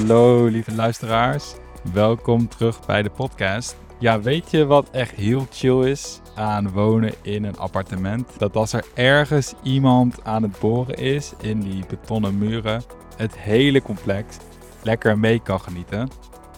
Hallo lieve luisteraars, welkom terug bij de podcast. Ja, weet je wat echt heel chill is aan wonen in een appartement? Dat als er ergens iemand aan het boren is in die betonnen muren, het hele complex lekker mee kan genieten.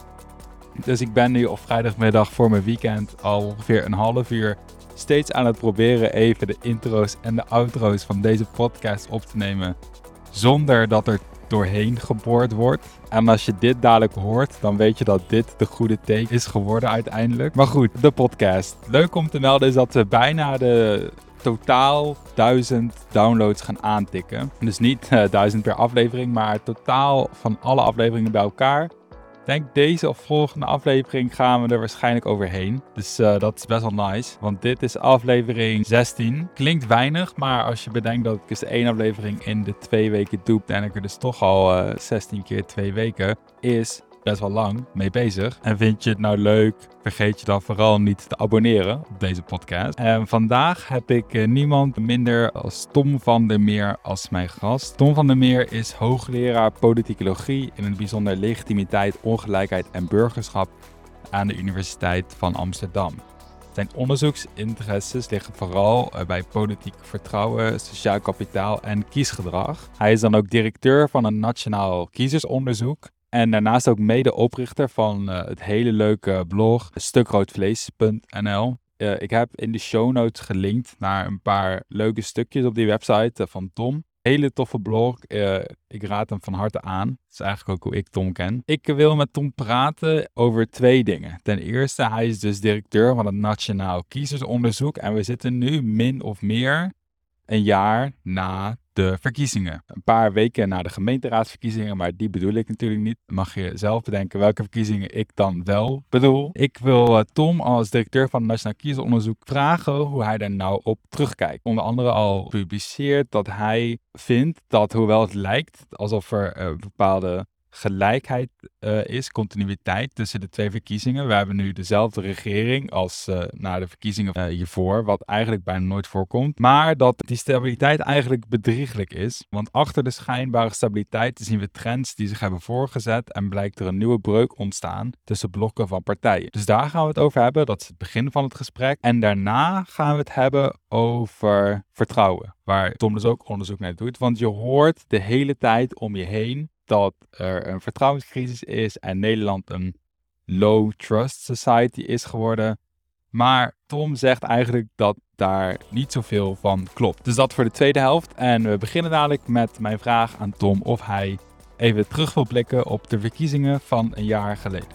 Dus ik ben nu op vrijdagmiddag voor mijn weekend al ongeveer een half uur steeds aan het proberen even de intro's en de outro's van deze podcast op te nemen zonder dat er doorheen geboord wordt. En als je dit dadelijk hoort, dan weet je dat dit de goede take is geworden uiteindelijk. Maar goed, de podcast. Leuk om te melden is dat we bijna de totaal 1000 downloads gaan aantikken. Dus niet 1000 per aflevering, maar totaal van alle afleveringen bij elkaar. Ik denk deze of volgende aflevering gaan we er waarschijnlijk overheen. Dus dat is best wel nice. Want dit is aflevering 16. Klinkt weinig, maar als je bedenkt dat ik dus 1 aflevering in de 2 weken doe, en ik er dus toch al 16 keer 2 weken, is best wel lang mee bezig. En vind je het nou leuk, vergeet je dan vooral niet te abonneren op deze podcast. En vandaag heb ik niemand minder als Tom van der Meer als mijn gast. Tom van der Meer is hoogleraar politicologie, in het bijzonder legitimiteit, ongelijkheid en burgerschap aan de Universiteit van Amsterdam. Zijn onderzoeksinteresses liggen vooral bij politiek vertrouwen, sociaal kapitaal en kiesgedrag. Hij is dan ook directeur van een nationaal kiezersonderzoek. En daarnaast ook medeoprichter van het hele leuke blog stukroodvlees.nl. Ik heb in de show notes gelinkt naar een paar leuke stukjes op die website van Tom. Hele toffe blog. Ik raad hem van harte aan. Dat is eigenlijk ook hoe ik Tom ken. Ik wil met Tom praten over 2 dingen. Ten eerste, hij is dus directeur van het Nationaal Kiezersonderzoek. En we zitten nu min of meer een jaar na de verkiezingen. Een paar weken na de gemeenteraadsverkiezingen, maar die bedoel ik natuurlijk niet. Dan mag je zelf bedenken welke verkiezingen ik dan wel bedoel. Ik wil Tom als directeur van het Nationaal Kiezersonderzoek vragen hoe hij daar nou op terugkijkt. Onder andere al gepubliceerd dat hij vindt dat, hoewel het lijkt alsof er bepaalde gelijkheid is, continuïteit tussen de 2 verkiezingen. We hebben nu dezelfde regering als na de verkiezingen hiervoor, wat eigenlijk bijna nooit voorkomt. Maar dat die stabiliteit eigenlijk bedrieglijk is. Want achter de schijnbare stabiliteit zien we trends die zich hebben voorgezet en blijkt er een nieuwe breuk ontstaan tussen blokken van partijen. Dus daar gaan we het over hebben. Dat is het begin van het gesprek. En daarna gaan we het hebben over vertrouwen, waar Tom dus ook onderzoek naar doet. Want je hoort de hele tijd om je heen dat er een vertrouwenscrisis is en Nederland een low trust society is geworden. Maar Tom zegt eigenlijk dat daar niet zoveel van klopt. Dus dat voor de tweede helft. En we beginnen dadelijk met mijn vraag aan Tom of hij even terug wil blikken op de verkiezingen van een jaar geleden.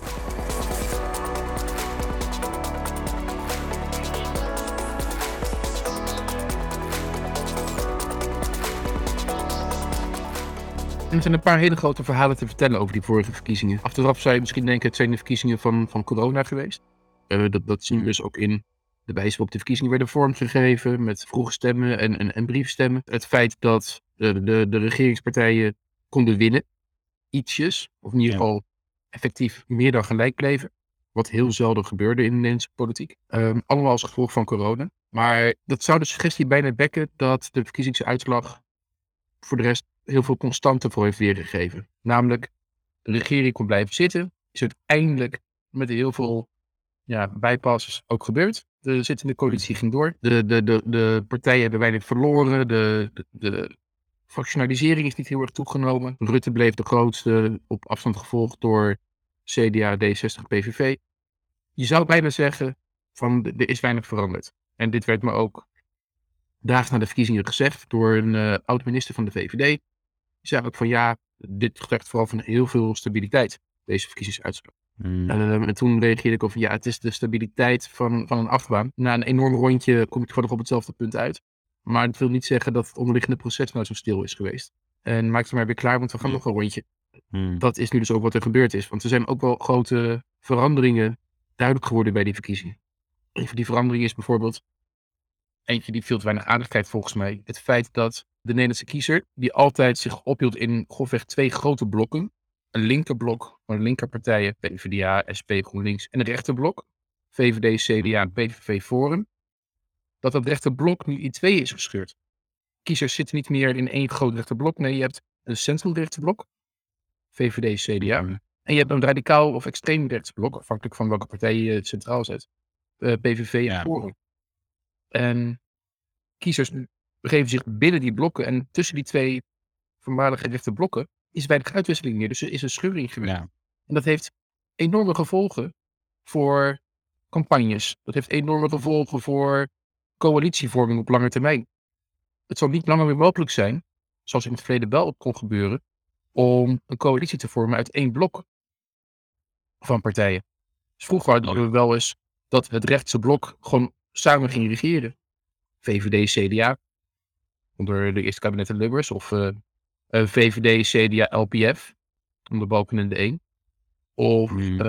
Er zijn een paar hele grote verhalen te vertellen over die vorige verkiezingen. Achteraf zou je misschien denken, het zijn de verkiezingen van corona geweest. Dat zien we dus ook in de wijze waarop de verkiezingen werden vormgegeven, met vroege stemmen en briefstemmen. Het feit dat de regeringspartijen konden winnen, ietsjes, of in ieder geval effectief meer dan gelijk bleven. Wat heel zelden gebeurde in de Nederlandse politiek. Allemaal als gevolg van corona. Maar dat zou de suggestie bijna wekken dat de verkiezingsuitslag voor de rest heel veel constante voor heeft weergegeven. Namelijk, de regering kon blijven zitten. Is uiteindelijk met heel veel bijpassers ook gebeurd. De zittende coalitie ging door. De partijen hebben weinig verloren. De fractionalisering is niet heel erg toegenomen. Rutte bleef de grootste, op afstand gevolgd door CDA, D66, PVV. Je zou bijna zeggen van er is weinig veranderd. En dit werd me ook dagen na de verkiezingen gezegd door een oud-minister van de VVD. Die zei ook van dit getuigt vooral van heel veel stabiliteit, deze verkiezingsuitslag. En toen reageerde ik over het is de stabiliteit van een achtbaan. Na een enorm rondje kom ik gewoon nog op hetzelfde punt uit. Maar dat wil niet zeggen dat het onderliggende proces nou zo stil is geweest. En maak het maar weer klaar, want we gaan nog een rondje. Dat is nu dus ook wat er gebeurd is. Want er zijn ook wel grote veranderingen duidelijk geworden bij die verkiezingen. Een van die veranderingen is bijvoorbeeld, eentje die veel te weinig aandacht krijgt volgens mij, het feit dat de Nederlandse kiezer, die altijd zich ophield in grofweg 2 grote blokken, een linkerblok van linkerpartijen, PvdA, SP, GroenLinks, en een rechterblok, VVD, CDA en PVV Forum, dat rechterblok nu in 2 is gescheurd. Kiezers zitten niet meer in 1 groot rechterblok, nee, je hebt een centrum rechterblok VVD, CDA. En je hebt een radicaal of extreem rechtsblok, afhankelijk van welke partij je het centraal zet. PVV en Ja. Forum. En kiezers begeven zich binnen die blokken. En tussen die twee voormalige rechte blokken is weinig uitwisseling meer. Dus er is een scheuring geweest. Ja. En dat heeft enorme gevolgen voor campagnes. Dat heeft enorme gevolgen voor coalitievorming op lange termijn. Het zal niet langer meer mogelijk zijn, zoals in het verleden wel kon gebeuren, om een coalitie te vormen uit één blok van partijen. Dus vroeger hadden we wel eens dat het rechtse blok gewoon samen ging regeren. VVD, CDA, onder de eerste kabinetten Lubbers, of VVD, CDA, LPF, onder Balkenende 1. Of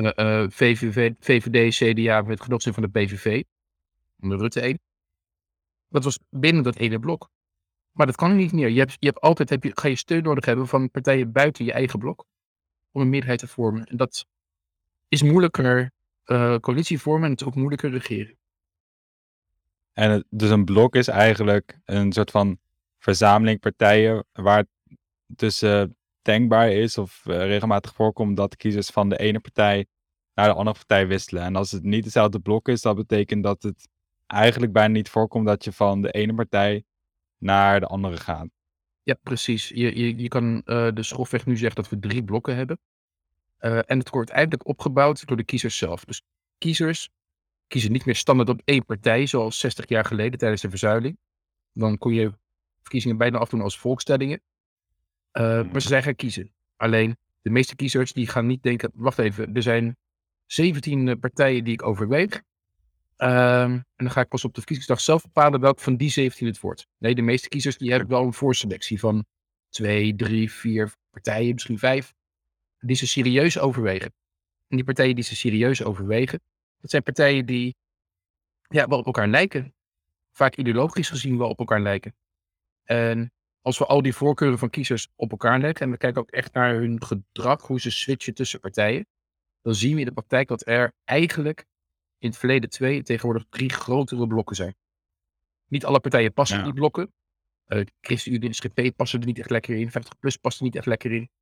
VVD, CDA met genoegzin van de PVV, onder Rutte 1. Dat was binnen dat ene blok. Maar dat kan niet meer. Je hebt altijd ga je steun nodig hebben van partijen buiten je eigen blok om een meerderheid te vormen. En dat is moeilijker coalitie vormen en het is ook moeilijker regeren. En dus een blok is eigenlijk een soort van verzameling partijen waar het tussen denkbaar is of regelmatig voorkomt dat kiezers van de ene partij naar de andere partij wisselen. En als het niet hetzelfde blok is, dat betekent dat het eigenlijk bijna niet voorkomt dat je van de ene partij naar de andere gaat. Ja, precies. Je kan dus grofweg nu zeggen dat we 3 blokken hebben. En het wordt eindelijk opgebouwd door de kiezers zelf. Dus kiezers kiezen niet meer standaard op één partij, zoals 60 jaar geleden tijdens de verzuiling. Dan kon je verkiezingen bijna afdoen als volkstellingen. Maar ze zijn gaan kiezen. Alleen de meeste kiezers die gaan niet denken, wacht even, er zijn 17 partijen die ik overweeg. En dan ga ik pas op de verkiezingsdag zelf bepalen welke van die 17 het wordt. Nee, de meeste kiezers die hebben wel een voorselectie van 2, 3, 4 partijen, misschien 5, die ze serieus overwegen. En die partijen die ze serieus overwegen, dat zijn partijen die wel op elkaar lijken. Vaak ideologisch gezien wel op elkaar lijken. En als we al die voorkeuren van kiezers op elkaar leggen en we kijken ook echt naar hun gedrag, hoe ze switchen tussen partijen, dan zien we in de praktijk dat er eigenlijk in het verleden 2 en tegenwoordig 3 grotere blokken zijn. Niet alle partijen passen in die blokken. ChristenUnie en SGP passen er niet echt lekker in. 50PLUS past er niet echt lekker in.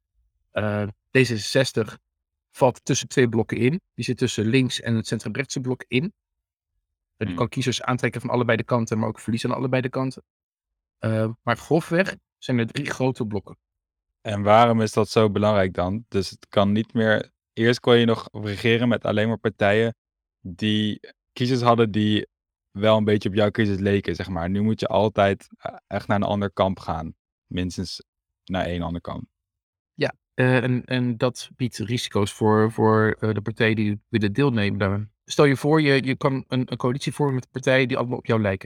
D66 valt tussen 2 blokken in. Die zit tussen links en het centrumrechtse blok in. Die kan kiezers aantrekken van allebei de kanten, maar ook verliezen aan allebei de kanten. Maar grofweg zijn er 3 grote blokken. En waarom is dat zo belangrijk dan? Dus het kan niet meer. Eerst kon je nog regeren met alleen maar partijen die kiezers hadden die wel een beetje op jouw kiezers leken, zeg maar. Nu moet je altijd echt naar een ander kamp gaan. Minstens naar één ander kamp. Ja, en dat biedt risico's voor de partijen die willen deelnemen daaraan. Stel je voor, je kan een coalitie vormen met partijen die allemaal op jou lijken.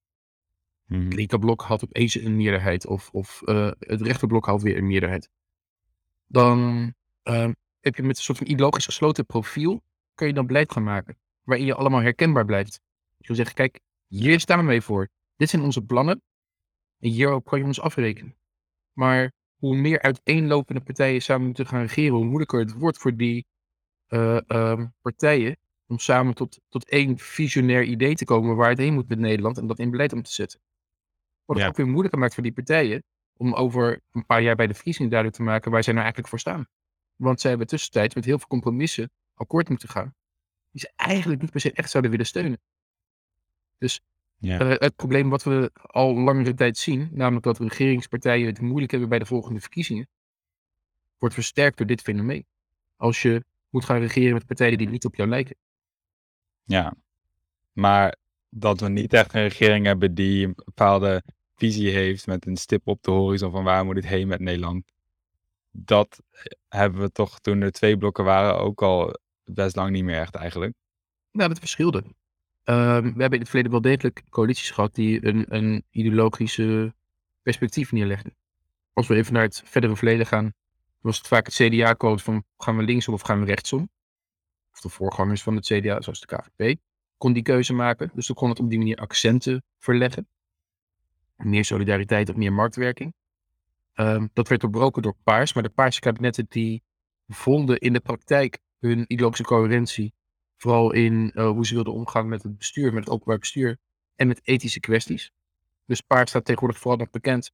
Het linkerblok haalt opeens een meerderheid of het rechterblok haalt weer een meerderheid. Dan heb je met een soort van ideologisch gesloten profiel, kun je dan beleid gaan maken, waarin je allemaal herkenbaar blijft. Je wil zeggen, kijk, hier staan we mee voor. Dit zijn onze plannen en hierop kan je ons afrekenen. Maar hoe meer uiteenlopende partijen samen moeten gaan regeren, hoe moeilijker het wordt voor die partijen om samen tot één visionair idee te komen waar het heen moet met Nederland en dat in beleid om te zetten. Wordt het ook weer moeilijker gemaakt voor die partijen om over een paar jaar bij de verkiezingen duidelijk te maken waar zij nou eigenlijk voor staan. Want zij hebben tussentijds met heel veel compromissen akkoord moeten gaan, die ze eigenlijk niet per se echt zouden willen steunen. Dus het probleem wat we al langere tijd zien, namelijk dat regeringspartijen het moeilijk hebben bij de volgende verkiezingen, wordt versterkt door dit fenomeen. Als je moet gaan regeren met partijen die niet op jou lijken. Ja, maar dat we niet echt een regering hebben die een bepaalde visie heeft met een stip op de horizon van waar moet het heen met Nederland. Dat hebben we toch toen er 2 blokken waren ook al best lang niet meer echt eigenlijk. Nou, dat verschilde. We hebben in het verleden wel degelijk coalities gehad die een ideologische perspectief neerlegden. Als we even naar het verdere verleden gaan, was het vaak het CDA koos van gaan we linksom of gaan we rechtsom. Of de voorgangers van het CDA, zoals de KVP, kon die keuze maken. Dus dan kon het op die manier accenten verleggen. Meer solidariteit of meer marktwerking. Dat werd doorbroken door Paars, maar de Paarse kabinetten die vonden in de praktijk hun ideologische coherentie vooral in hoe ze wilden omgaan met het bestuur, met het openbaar bestuur en met ethische kwesties. Dus Paars staat tegenwoordig vooral nog bekend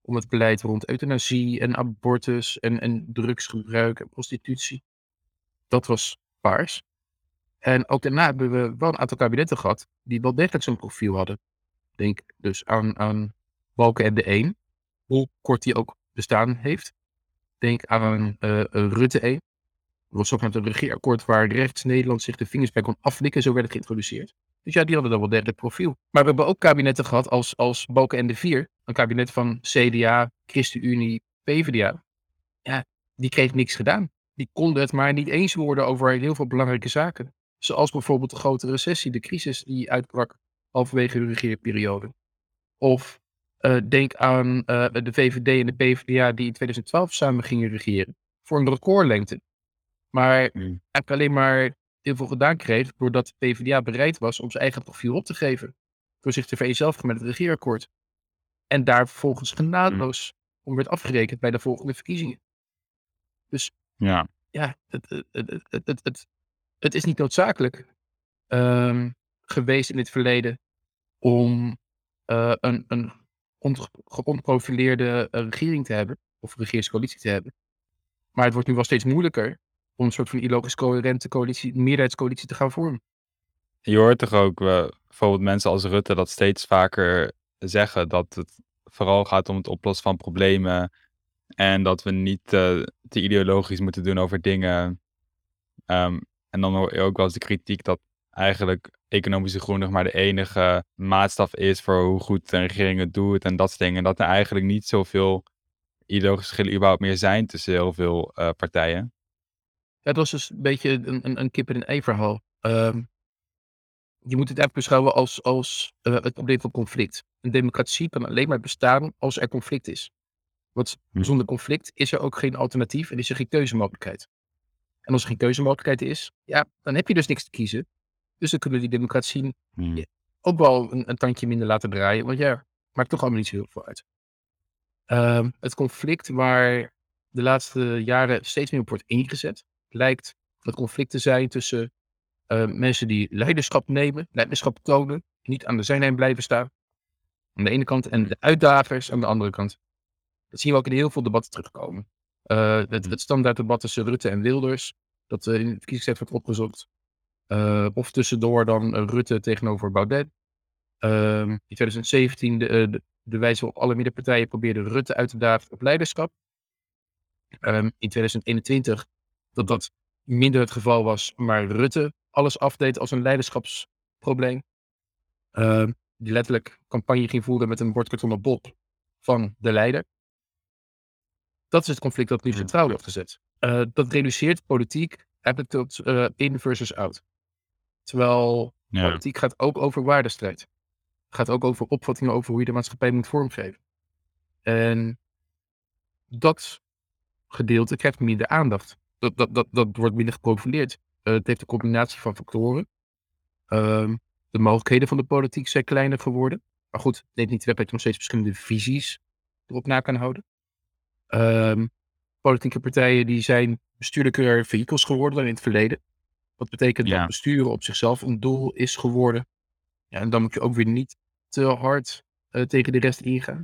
om het beleid rond euthanasie en abortus en drugsgebruik en prostitutie. Dat was paars. En ook daarna hebben we wel een aantal kabinetten gehad die wel degelijk zo'n profiel hadden. Denk dus aan Balkenende 1, hoe kort die ook bestaan heeft. Denk aan Rutte 1. Dat was ook een regeerakkoord waar rechts Nederland zich de vingers bij kon aflikken. Zo werd het geïntroduceerd. Dus ja, die hadden dan wel degelijk profiel. Maar we hebben ook kabinetten gehad als Balkenende 4. Een kabinet van CDA, ChristenUnie, PvdA. Ja, die kreeg niks gedaan. Die konden het maar niet eens worden over heel veel belangrijke zaken. Zoals bijvoorbeeld de grote recessie, de crisis die uitbrak halverwege de regeerperiode. Of denk aan de VVD en de PvdA die in 2012 samen gingen regeren. Voor een recordlengte. Maar eigenlijk alleen maar heel veel gedaan kreeg doordat de PvdA bereid was om zijn eigen profiel op te geven. Door zich te vereenzelvigen met het regeerakkoord. En daar vervolgens genadeloos om werd afgerekend bij de volgende verkiezingen. Dus Ja. ja, het is niet noodzakelijk geweest in het verleden om een geonprofileerde regering te hebben. Of regeringscoalitie te hebben. Maar het wordt nu wel steeds moeilijker om een soort van illogisch coherente meerderheidscoalitie te gaan vormen. Je hoort toch ook bijvoorbeeld mensen als Rutte dat steeds vaker zeggen dat het vooral gaat om het oplossen van problemen en dat we niet te ideologisch moeten doen over dingen. En dan hoor je ook wel eens de kritiek dat eigenlijk economische groei nog maar de enige maatstaf is voor hoe goed een regering het doet en dat soort dingen. En dat er eigenlijk niet zoveel ideologische verschillen überhaupt meer zijn tussen heel veel partijen. Ja, dat was dus een beetje een kip-en-ei verhaal. Je moet het eigenlijk beschouwen als het probleem van conflict. Een democratie kan alleen maar bestaan als er conflict is. Want zonder conflict is er ook geen alternatief en is er geen keuzemogelijkheid. En als er geen keuzemogelijkheid is, ja, dan heb je dus niks te kiezen. Dus dan kunnen we die democratie ook wel een tandje minder laten draaien. Want ja, maakt toch allemaal niet zo heel veel uit. Het conflict waar de laatste jaren steeds meer op wordt ingezet, lijkt het conflict te zijn tussen mensen die leiderschap nemen, leiderschap tonen, niet aan de zijlijn blijven staan. Aan de ene kant en de uitdagers aan de andere kant. Dat zien we ook in heel veel debatten terugkomen. Het standaarddebat tussen Rutte en Wilders, dat in het verkiezingstijd wordt opgezocht. Of tussendoor dan Rutte tegenover Baudet. In 2017 de wijze waarop alle middenpartijen probeerden Rutte uit te dagen op leiderschap. In 2021 dat minder het geval was, maar Rutte alles afdeed als een leiderschapsprobleem. Die letterlijk campagne ging voeren met een bordkartonnen Bob van de leider. Dat is het conflict dat nu centraal wordt gezet. Dat reduceert politiek eigenlijk tot in versus out. Terwijl politiek gaat ook over waardestrijd. Het gaat ook over opvattingen over hoe je de maatschappij moet vormgeven. En dat gedeelte krijgt minder aandacht. Dat wordt minder geprofileerd. Het heeft een combinatie van factoren. De mogelijkheden van de politiek zijn kleiner geworden. Maar goed, neemt niet weg dat je nog steeds verschillende visies erop na kan houden. Politieke partijen die zijn bestuurlijke vehicles geworden dan in het verleden. Wat betekent dat besturen op zichzelf een doel is geworden. Ja, en dan moet je ook weer niet te hard tegen de rest ingaan.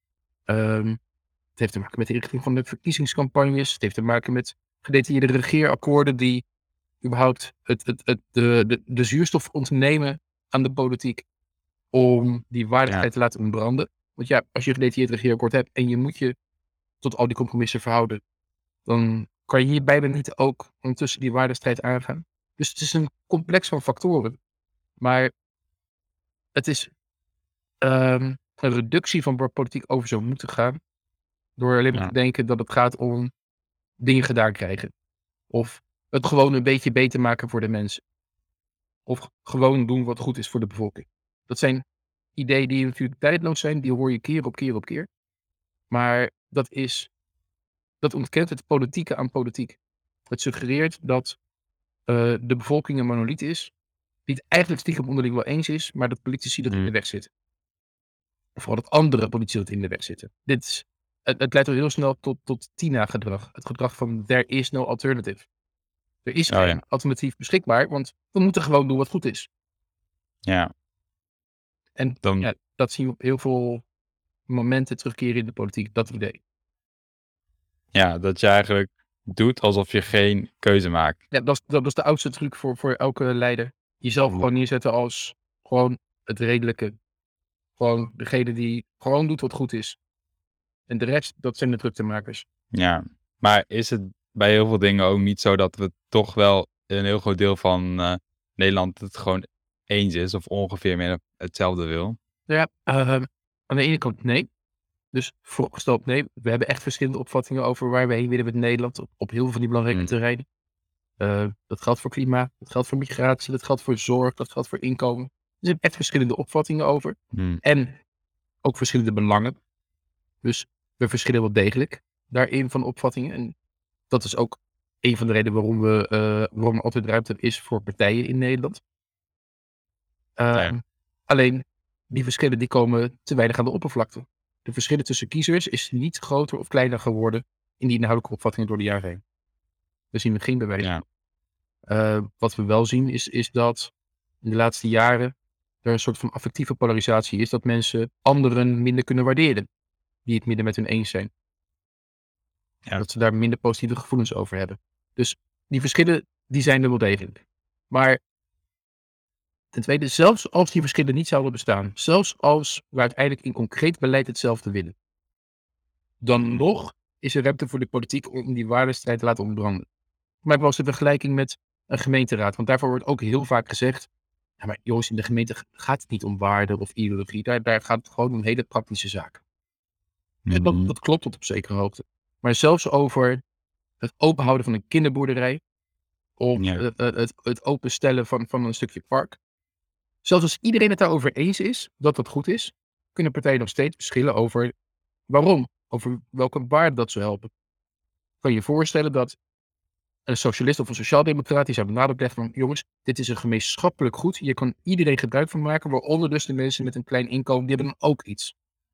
Het heeft te maken met de richting van de verkiezingscampagnes. Het heeft te maken met gedetailleerde regeerakkoorden die überhaupt de zuurstof ontnemen aan de politiek om die waardigheid te laten ontbranden. Want ja, als je een gedetailleerd regeerakkoord hebt en je moet je tot al die compromissen verhouden, dan kan je hier bijna niet ook ondertussen die waardestrijd aangaan. Dus het is een complex van factoren. Maar het is een reductie van waar politiek over zou moeten gaan. Door alleen maar te denken dat het gaat om dingen gedaan krijgen. Of het gewoon een beetje beter maken voor de mensen. Of gewoon doen wat goed is voor de bevolking. Dat zijn ideeën die natuurlijk tijdloos zijn. Die hoor je keer op keer op keer. Maar dat ontkent het politieke aan politiek. Het suggereert dat de bevolking een monoliet is. Die het eigenlijk stiekem onderling wel eens is. Maar dat politici dat in de weg zitten. Of vooral dat andere politici dat in de weg zitten. Het leidt al heel snel tot Tina-gedrag. Het gedrag van there is no alternative. Er is geen alternatief beschikbaar, want we moeten gewoon doen wat goed is. Ja. En dat zien we op heel veel momenten terugkeren in de politiek. Dat idee. Ja, dat je eigenlijk doet alsof je geen keuze maakt. Ja, dat is de oudste truc voor elke leider. Jezelf gewoon neerzetten als gewoon het redelijke. Gewoon degene die gewoon doet wat goed is. En de rest, dat zijn de druktemakers. Ja, maar is het bij heel veel dingen ook niet zo dat we toch wel een heel groot deel van Nederland het gewoon eens is of ongeveer meer hetzelfde wil? Ja, aan de ene kant nee. Dus vooropgesteld nee. We hebben echt verschillende opvattingen over waar we heen willen met Nederland. Op heel veel van die belangrijke terreinen. Dat geldt voor klimaat, dat geldt voor migratie, dat geldt voor zorg, dat geldt voor inkomen. Er zijn echt verschillende opvattingen over. Hmm. En ook verschillende belangen. Dus we verschillen wel degelijk daarin van opvattingen. En dat is ook een van de redenen waarom er altijd ruimte is voor partijen in Nederland. Ja. Alleen, die verschillen die komen te weinig aan de oppervlakte. De verschillen tussen kiezers is niet groter of kleiner geworden in die inhoudelijke opvattingen door de jaren heen. Daar zien we geen bewijs Ja. van. Wat we wel zien is dat in de laatste jaren er een soort van affectieve polarisatie is. Dat mensen anderen minder kunnen waarderen. Die het minder met hun eens zijn. Ja. Dat ze daar minder positieve gevoelens over hebben. Dus die verschillen die zijn er wel degelijk. Maar ten tweede, zelfs als die verschillen niet zouden bestaan. Zelfs als we uiteindelijk in concreet beleid hetzelfde willen. Dan nog is er ruimte voor de politiek om die waardestrijd te laten ontbranden. Ik maak wel eens de vergelijking met een gemeenteraad. Want daarvoor wordt ook heel vaak gezegd. Ja, maar jongens, in de gemeente gaat het niet om waarde of ideologie. Daar gaat het gewoon om hele praktische zaken. En dat klopt tot op zekere hoogte. Maar zelfs over het openhouden van een kinderboerderij. Of Ja. het openstellen van een stukje park. Zelfs als iedereen het daarover eens is, dat dat goed is, kunnen partijen nog steeds verschillen over waarom. Over welke waarde dat zou helpen. Kan je je voorstellen dat een socialist of een sociaaldemocraat die zou benadrukt leggen van jongens, dit is een gemeenschappelijk goed. Hier kan iedereen gebruik van maken, waaronder dus de mensen met een klein inkomen, die hebben dan ook iets.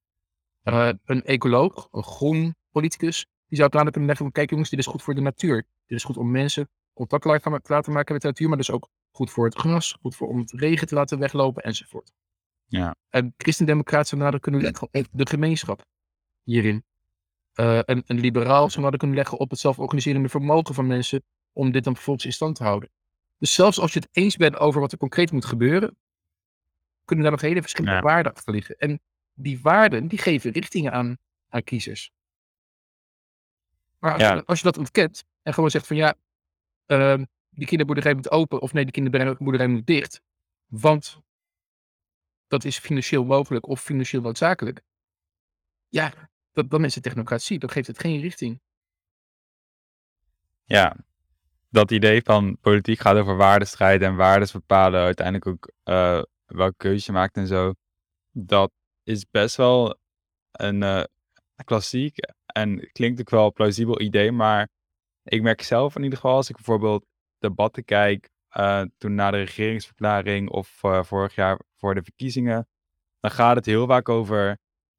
Een ecoloog, een groen politicus, die zou het aan kunnen leggen van kijk jongens, dit is goed voor de natuur. Dit is goed om mensen contact te laten maken met de natuur, maar dus ook goed voor het gras, goed om het regen te laten weglopen enzovoort. Ja. Een christendemocraat zou nader kunnen leggen op de gemeenschap hierin. Een liberaal zou nader kunnen leggen op het zelforganiserende vermogen van mensen om dit dan vervolgens in stand te houden. Dus zelfs als je het eens bent over wat er concreet moet gebeuren, kunnen daar nog hele verschillende waarden achter liggen. En die waarden, die geven richtingen aan kiezers. Maar als je dat ontkent en gewoon zegt van ja, die kinderboerderij moet open of nee, die kinderboerderij moet dicht, want dat is financieel mogelijk of financieel noodzakelijk. Ja, dan is het technocratie, dan geeft het geen richting. Ja, dat idee van politiek gaat over waardestrijd en waardes bepalen uiteindelijk ook welke keuze je maakt en zo. Dat is best wel een klassiek en klinkt ook wel een plausibel idee, maar ik merk zelf in ieder geval als ik bijvoorbeeld debatten kijk, toen na de regeringsverklaring of vorig jaar voor de verkiezingen, dan gaat het heel vaak over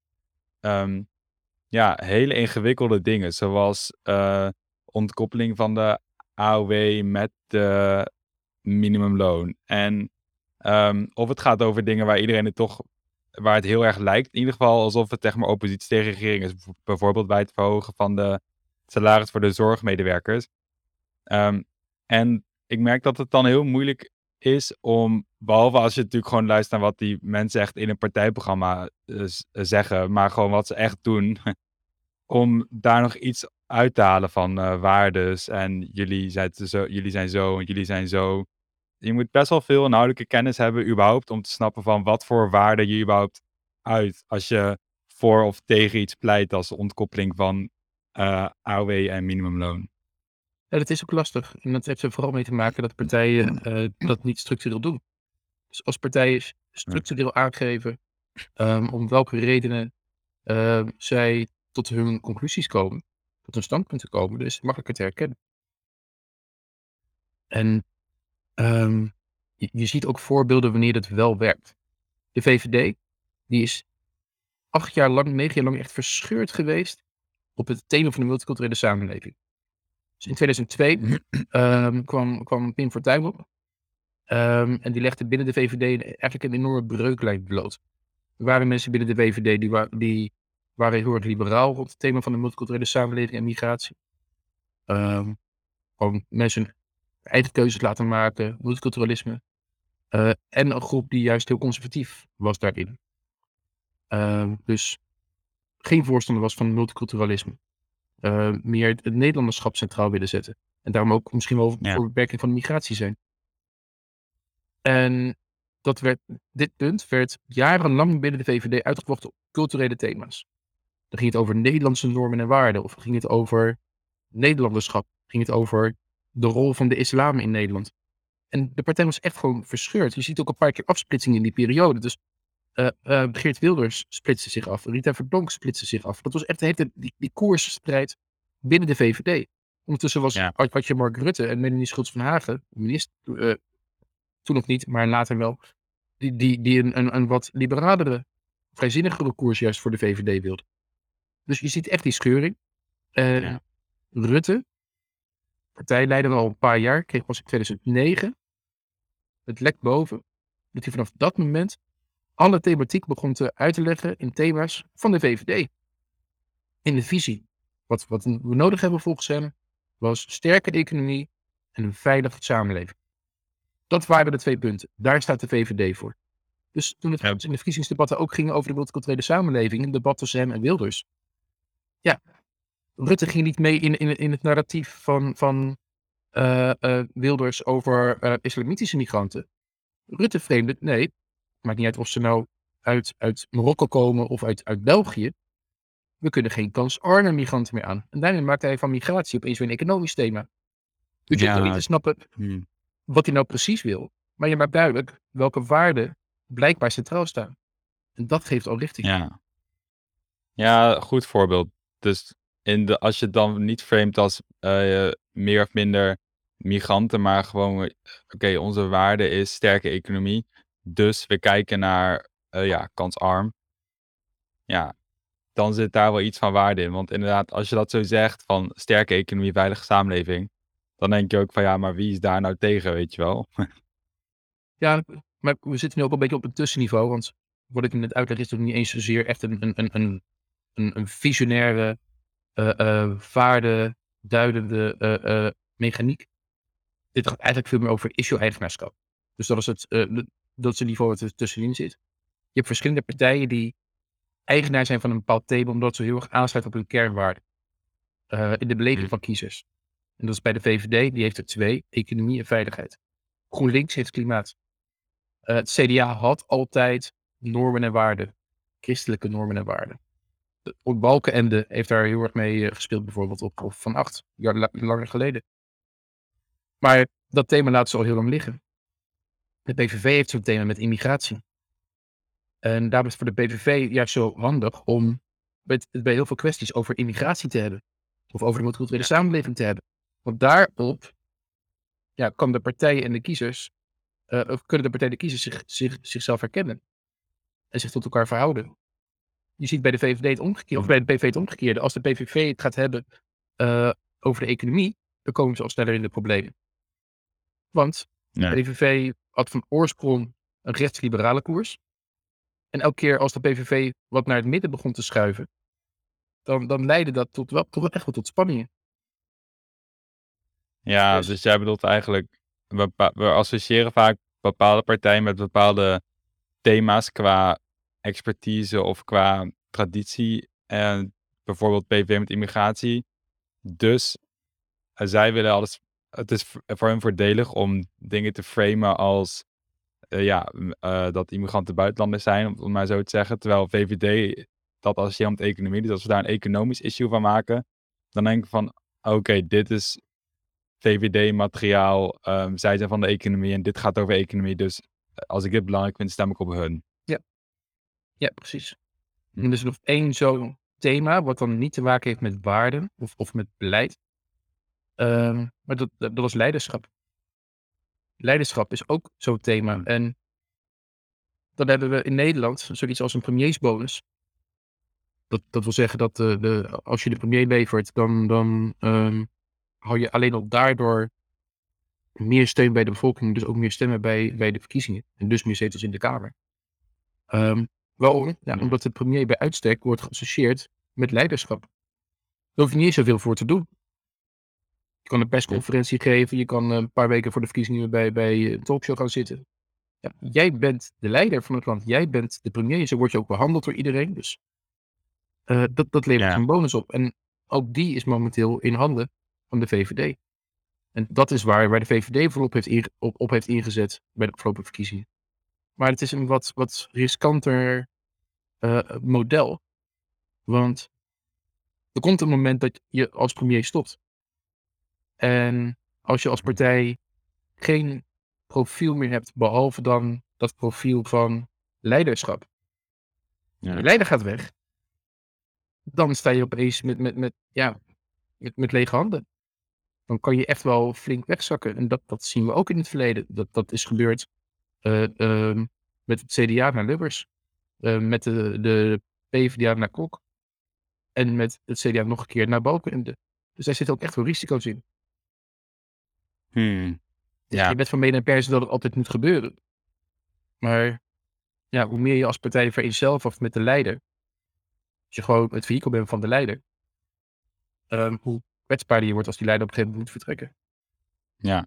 hele ingewikkelde dingen, zoals ontkoppeling van de AOW met de minimumloon. En of het gaat over dingen waar het heel erg lijkt, in ieder geval alsof het zeg maar oppositie tegen de regering is. Bijvoorbeeld bij het verhogen van de salaris voor de zorgmedewerkers. En ik merk dat het dan heel moeilijk is om, behalve als je natuurlijk gewoon luistert naar wat die mensen echt in een partijprogramma zeggen, maar gewoon wat ze echt doen, om daar nog iets uit te halen van waardes en jullie zijn zo en jullie zijn zo. Je moet best wel veel inhoudelijke kennis hebben überhaupt om te snappen van wat voor waarde je überhaupt uit als je voor of tegen iets pleit als ontkoppeling van AOW en minimumloon. Ja, dat is ook lastig. En dat heeft er vooral mee te maken dat partijen dat niet structureel doen. Dus als partijen structureel aangeven om welke redenen zij tot hun conclusies komen, tot hun standpunten komen, dus makkelijker te herkennen. En je ziet ook voorbeelden wanneer het wel werkt. De VVD, die is 8 jaar lang, 9 jaar lang echt verscheurd geweest op het thema van de multiculturele samenleving. Dus in 2002 kwam Pim Fortuyn op. En die legde binnen de VVD eigenlijk een enorme breuklijn bloot. Er waren mensen binnen de VVD die waren heel erg liberaal rond het thema van de multiculturele samenleving en migratie. Gewoon mensen hun eigen keuzes laten maken, multiculturalisme. En een groep die juist heel conservatief was daarin. Dus geen voorstander was van multiculturalisme. Meer het Nederlanderschap centraal willen zetten. En daarom ook misschien wel voor beperking van de migratie zijn. En dit punt werd jarenlang binnen de VVD uitgevochten op culturele thema's. Dan ging het over Nederlandse normen en waarden. Of ging het over Nederlanderschap. Ging het over de rol van de islam in Nederland. En de partij was echt gewoon verscheurd. Je ziet ook een paar keer afsplitsing in die periode. Dus Geert Wilders splitste zich af. Rita Verdonk splitste zich af. Dat was echt die koersstrijd binnen de VVD. Ondertussen had je Mark Rutte en Melanie Schultz van Hagen, minister, toen nog niet, maar later wel, die een wat liberalere, vrijzinnigere koers juist voor de VVD wilde. Dus je ziet echt die scheuring. Rutte, partijleider al een paar jaar, kreeg pas in 2009 het lek boven, dat hij vanaf dat moment alle thematiek begon uit te leggen in thema's van de VVD. In de visie. Wat we nodig hebben volgens hem was sterke economie en een veilige samenleving. Dat waren de 2 punten. Daar staat de VVD voor. Dus toen het in de verkiezingsdebatten ook ging over de multiculturele samenleving, een debat tussen hem en Wilders. Ja, Rutte ging niet mee in het narratief van Wilders over islamitische migranten. Rutte vreemde, nee, maakt niet uit of ze nou uit Marokko komen of uit België. We kunnen geen kansarme migranten meer aan. En daarmee maakte hij van migratie opeens weer een economisch thema. Dus je hoeft niet te snappen wat hij nou precies wil. Maar je maakt duidelijk welke waarden blijkbaar centraal staan. En dat geeft al richting. Ja, goed voorbeeld. Dus als je het dan niet framet als meer of minder migranten, maar gewoon, oké, onze waarde is sterke economie. Dus we kijken naar, kansarm. Ja, dan zit daar wel iets van waarde in. Want inderdaad, als je dat zo zegt van sterke economie, veilige samenleving, dan denk je ook van ja, maar wie is daar nou tegen, weet je wel? Ja, maar we zitten nu ook een beetje op een tussenniveau. Want wat ik net uitleg is toch niet eens zozeer echt een visionaire, waarde duidende mechaniek. Dit gaat eigenlijk veel meer over issue-eigenaarschap. Dus dat is het niveau wat er tussenin zit. Je hebt verschillende partijen die eigenaar zijn van een bepaald thema, omdat ze heel erg aansluiten op hun kernwaarden. In de beleving van kiezers. En dat is bij de VVD, die heeft er 2, economie en veiligheid. GroenLinks heeft klimaat. Het CDA had altijd normen en waarden. Christelijke normen en waarden. Ook Balkenende heeft daar heel erg mee gespeeld, bijvoorbeeld op Van Agt, langer geleden. Maar dat thema laten ze al heel lang liggen. De PVV heeft zo'n thema met immigratie. En daarom is het voor de PVV juist zo handig om het bij heel veel kwesties over immigratie te hebben. Of over de multiculturele samenleving te hebben. Want daarop kan de partijen en de kiezers, of kunnen de partijen en de kiezers zichzelf herkennen. En zich tot elkaar verhouden. Je ziet bij de VVD het omgekeerde, of bij de PVV het omgekeerde. Als de PVV het gaat hebben over de economie, dan komen ze al sneller in de problemen. Want de PVV had van oorsprong een rechtsliberale koers. En elke keer als de PVV wat naar het midden begon te schuiven, dan leidde dat echt wel tot spanningen. Ja, dus jij bedoelt eigenlijk, we associëren vaak bepaalde partijen met bepaalde thema's qua expertise of qua traditie. En bijvoorbeeld PVV met immigratie. Dus zij willen alles. Het is voor hen voordelig om dingen te framen als dat immigranten buitenlanders zijn, om het maar zo te zeggen. Terwijl VVD dat associeert met economie. Dus als we daar een economisch issue van maken, dan denk ik van oké, dit is VVD-materiaal. Zij zijn van de economie en dit gaat over economie. Dus als ik dit belangrijk vind, stem ik op hun. Ja, precies. En er is nog één zo'n thema, wat dan niet te maken heeft met waarden of met beleid. Maar dat is leiderschap. Leiderschap is ook zo'n thema. En dan hebben we in Nederland zoiets als een premiersbonus. Dat wil zeggen dat als je de premier levert, dan hou je alleen al daardoor meer steun bij de bevolking. Dus ook meer stemmen bij de verkiezingen. En dus meer zetels in de Kamer. Waarom? Ja, omdat de premier bij uitstek wordt geassocieerd met leiderschap. Daar hoef je niet zoveel voor te doen. Je kan een persconferentie geven, je kan een paar weken voor de verkiezingen bij een talkshow gaan zitten. Ja, jij bent de leider van het land, jij bent de premier, zo word je ook behandeld door iedereen. Dus dat levert Ja. een bonus op. En ook die is momenteel in handen van de VVD. En dat is waar de VVD volop op heeft ingezet bij de afgelopen verkiezingen. Maar het is een wat riskanter model. Want er komt een moment dat je als premier stopt. En als je als partij geen profiel meer hebt, behalve dan dat profiel van leiderschap. Ja. Je leider gaat weg. Dan sta je opeens met lege handen. Dan kan je echt wel flink wegzakken. En dat zien we ook in het verleden. Dat is gebeurd met het CDA naar Lubbers. Met de PvdA naar Kok. En met het CDA nog een keer naar Balkenende. Dus daar zitten ook echt wel risico's in. Ja. Je bent van mening en pers dat het altijd moet gebeuren. Maar ja, hoe meer je als partij vereenzelvigt met de leider. Als je gewoon het vehikel bent van de leider. Hoe kwetsbaarder je wordt als die leider op een gegeven moment moet vertrekken. Ja.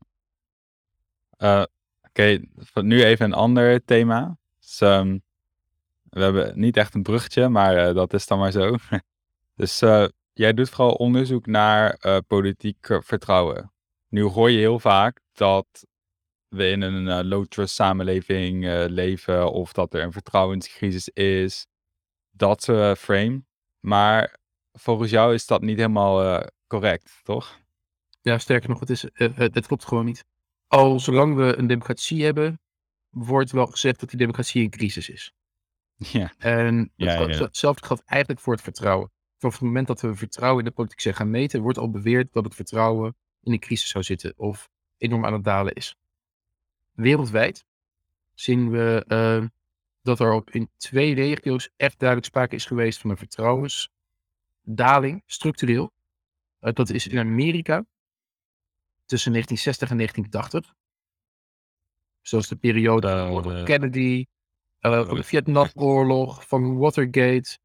Oké, nu even een ander thema. Dus, we hebben niet echt een bruggetje, maar dat is dan maar zo. Dus jij doet vooral onderzoek naar politiek vertrouwen. Nu hoor je heel vaak dat we in een low-trust samenleving leven of dat er een vertrouwenscrisis is. Dat frame. Maar volgens jou is dat niet helemaal correct, toch? Ja, sterker nog, het klopt gewoon niet. Al zolang we een democratie hebben, wordt wel gezegd dat die democratie in crisis is. Ja. En Ja. hetzelfde geldt eigenlijk voor het vertrouwen. Vanaf het moment dat we vertrouwen in de politiek zijn gaan meten, wordt al beweerd dat het vertrouwen in een crisis zou zitten of enorm aan het dalen is. Wereldwijd zien we dat er ook in 2 regio's echt duidelijk sprake is geweest van een vertrouwensdaling, structureel. Dat is in Amerika tussen 1960 en 1980. Zoals de periode van Kennedy, van de Vietnamoorlog, van Watergate.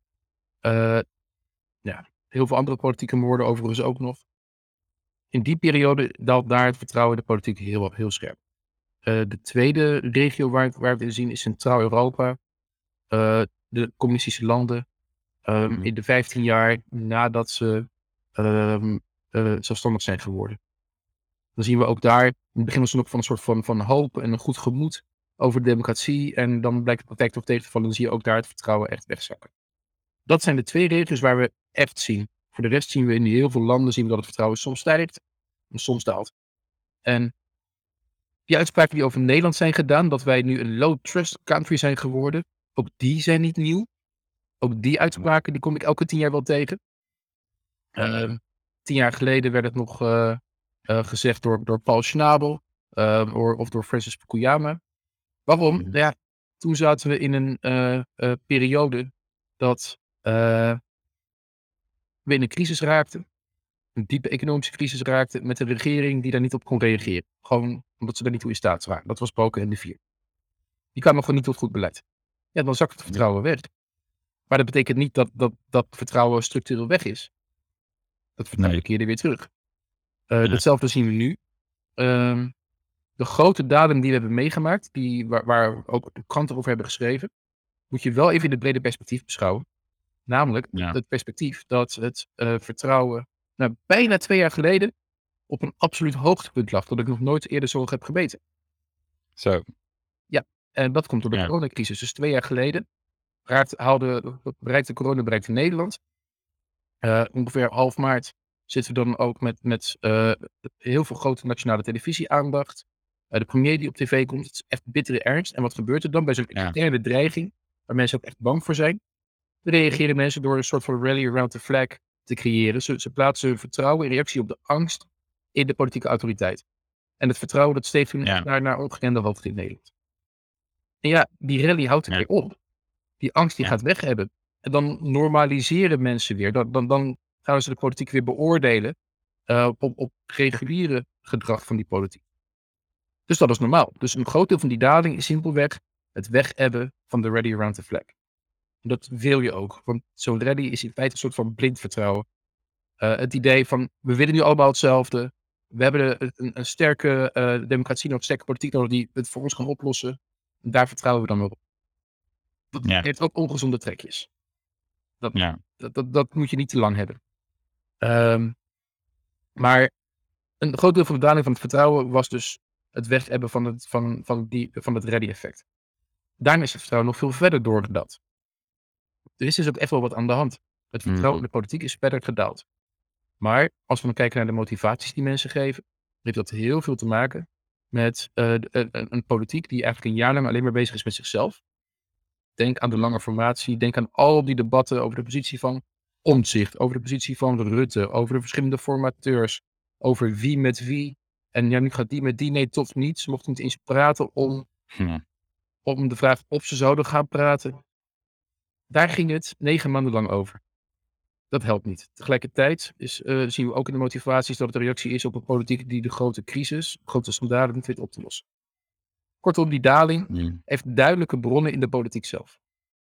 Heel veel andere politieke moorden overigens ook nog. In die periode daalt daar het vertrouwen in de politiek heel scherp. De tweede regio waar we het in zien is Centraal-Europa. De communistische landen. In de 15 jaar nadat ze zelfstandig zijn geworden. Dan zien we ook daar, in het begin was er nog van een soort van hoop en een goed gemoed over de democratie. En dan blijkt de praktijk toch tegen te vallen. Dan zie je ook daar het vertrouwen echt wegzakken. Dat zijn de 2 regio's waar we echt zien. Voor de rest zien we in heel veel landen dat het vertrouwen soms stijgt en soms daalt. En die uitspraken die over Nederland zijn gedaan, dat wij nu een low trust country zijn geworden, ook die zijn niet nieuw. Ook die uitspraken die kom ik elke 10 jaar wel tegen. 10 jaar geleden werd het nog gezegd door Paul Schnabel of door Francis Fukuyama. Waarom? Nou ja, toen zaten we in een periode dat we in een crisis raakten. Een diepe economische crisis raakten met een regering die daar niet op kon reageren. Gewoon omdat ze daar niet toe in staat waren. Dat was Balkenende 4. Die kwamen gewoon niet tot goed beleid. Ja, dan zakt het vertrouwen weg. Maar dat betekent niet dat vertrouwen structureel weg is. Dat vertrouwen keerde weer terug. Datzelfde zien we nu. De grote daden die we hebben meegemaakt, waar ook de kranten over hebben geschreven, moet je wel even in het brede perspectief beschouwen. Namelijk het perspectief dat het vertrouwen bijna 2 jaar geleden op een absoluut hoogtepunt lag. Dat ik nog nooit eerder zo heb gemeten. Zo. Ja, en dat komt door de coronacrisis. Dus 2 jaar geleden bereikte Nederland. Ongeveer half maart zitten we dan ook met heel veel grote nationale televisie-aandacht. De premier die op tv komt, het is echt bittere ernst. En wat gebeurt er dan bij zo'n externe dreiging, waar mensen ook echt bang voor zijn? Dan reageren mensen door een soort van rally around the flag te creëren. Ze plaatsen hun vertrouwen in reactie op de angst in de politieke autoriteit. En het vertrouwen dat steekt naar ongekende hoogte in Nederland. En ja, die rally houdt er weer op. Die angst die gaat weg hebben. En dan normaliseren mensen weer. Dan gaan ze de politiek weer beoordelen op reguliere gedrag van die politiek. Dus dat is normaal. Dus een groot deel van die daling is simpelweg het weghebben van de rally around the flag. Dat wil je ook. Want zo'n rally is in feite een soort van blind vertrouwen. Het idee van, we willen nu allemaal hetzelfde. We hebben een sterke democratie nodig, sterke politiek nodig die het voor ons gaan oplossen. Daar vertrouwen we dan op. Dat Ja, heeft ook ongezonde trekjes. ja, Dat moet je niet te lang hebben. Ehm, maar een groot deel van de daling van het vertrouwen was dus het weg hebben van het ready-effect. Daarna is het vertrouwen nog veel verder doorgedaald. Er is dus ook echt wel wat aan de hand. Het vertrouwen in de politiek is verder gedaald. Maar als we dan kijken naar de motivaties die mensen geven, heeft dat heel veel te maken met een politiek die eigenlijk een jaar lang alleen maar bezig is met zichzelf. Denk aan de lange formatie, denk aan al die debatten over de positie van Omtzigt, over de positie van Rutte, over de verschillende formateurs, over wie met wie. En ja, nu gaat die met die, nee, toch niet. Ze mochten niet eens praten ja, om de vraag of ze zouden gaan praten. Daar ging het 9 maanden lang over. Dat helpt niet. Tegelijkertijd zien we ook in de motivaties dat het een reactie is op een politiek die de grote crisis, grote schandalen niet weet op te lossen. Kortom, die daling heeft duidelijke bronnen in de politiek zelf.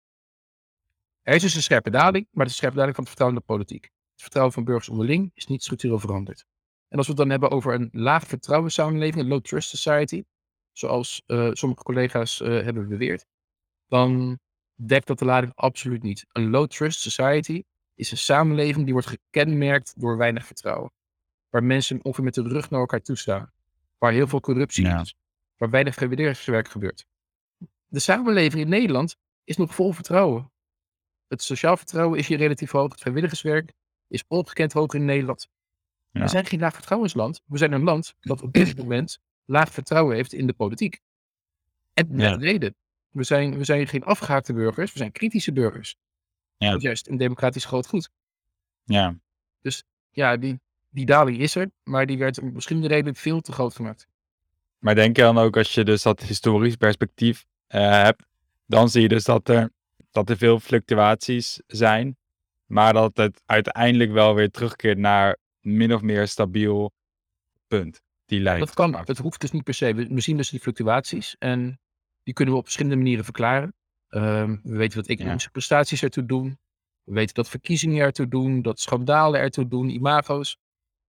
Er is dus een scherpe daling, maar het is een scherpe daling van het vertrouwen in de politiek. Het vertrouwen van burgers onderling is niet structureel veranderd. En als we het dan hebben over een laag vertrouwen samenleving, een low trust society, zoals sommige collega's hebben beweerd, dan dekt dat de lading absoluut niet. Een low trust society is een samenleving die wordt gekenmerkt door weinig vertrouwen. Waar mensen ongeveer met de rug naar elkaar toe staan. Waar heel veel corruptie ja, is. Waar weinig vrijwilligerswerk gebeurt. De samenleving in Nederland is nog vol vertrouwen. Het sociaal vertrouwen is hier relatief hoog. Het vrijwilligerswerk is ongekend hoog in Nederland. ja. We zijn geen laag vertrouwensland. We zijn een land dat op dit moment laag vertrouwen heeft in de politiek. En met Ja. reden. We zijn geen afgehaakte burgers, we zijn kritische burgers. Ja. Dat is juist een democratisch groot goed. Ja, Dus ja, die daling is er, maar die werd om verschillende redenen veel te groot gemaakt. maar denk je dan ook als je dus dat historisch perspectief hebt, dan zie je dus dat er veel fluctuaties zijn, maar dat het uiteindelijk wel weer terugkeert naar min of meer stabiel punt, die lijn. Dat kan, het hoeft dus niet per se. We zien dus die fluctuaties en die kunnen we op verschillende manieren verklaren. We weten dat economische prestaties ertoe doen. We weten dat verkiezingen ertoe doen, dat schandalen ertoe doen, imago's.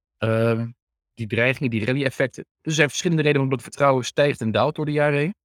Die dreigingen, die rally-effecten. Dus er zijn verschillende redenen waarom dat vertrouwen stijgt en daalt door de jaren heen.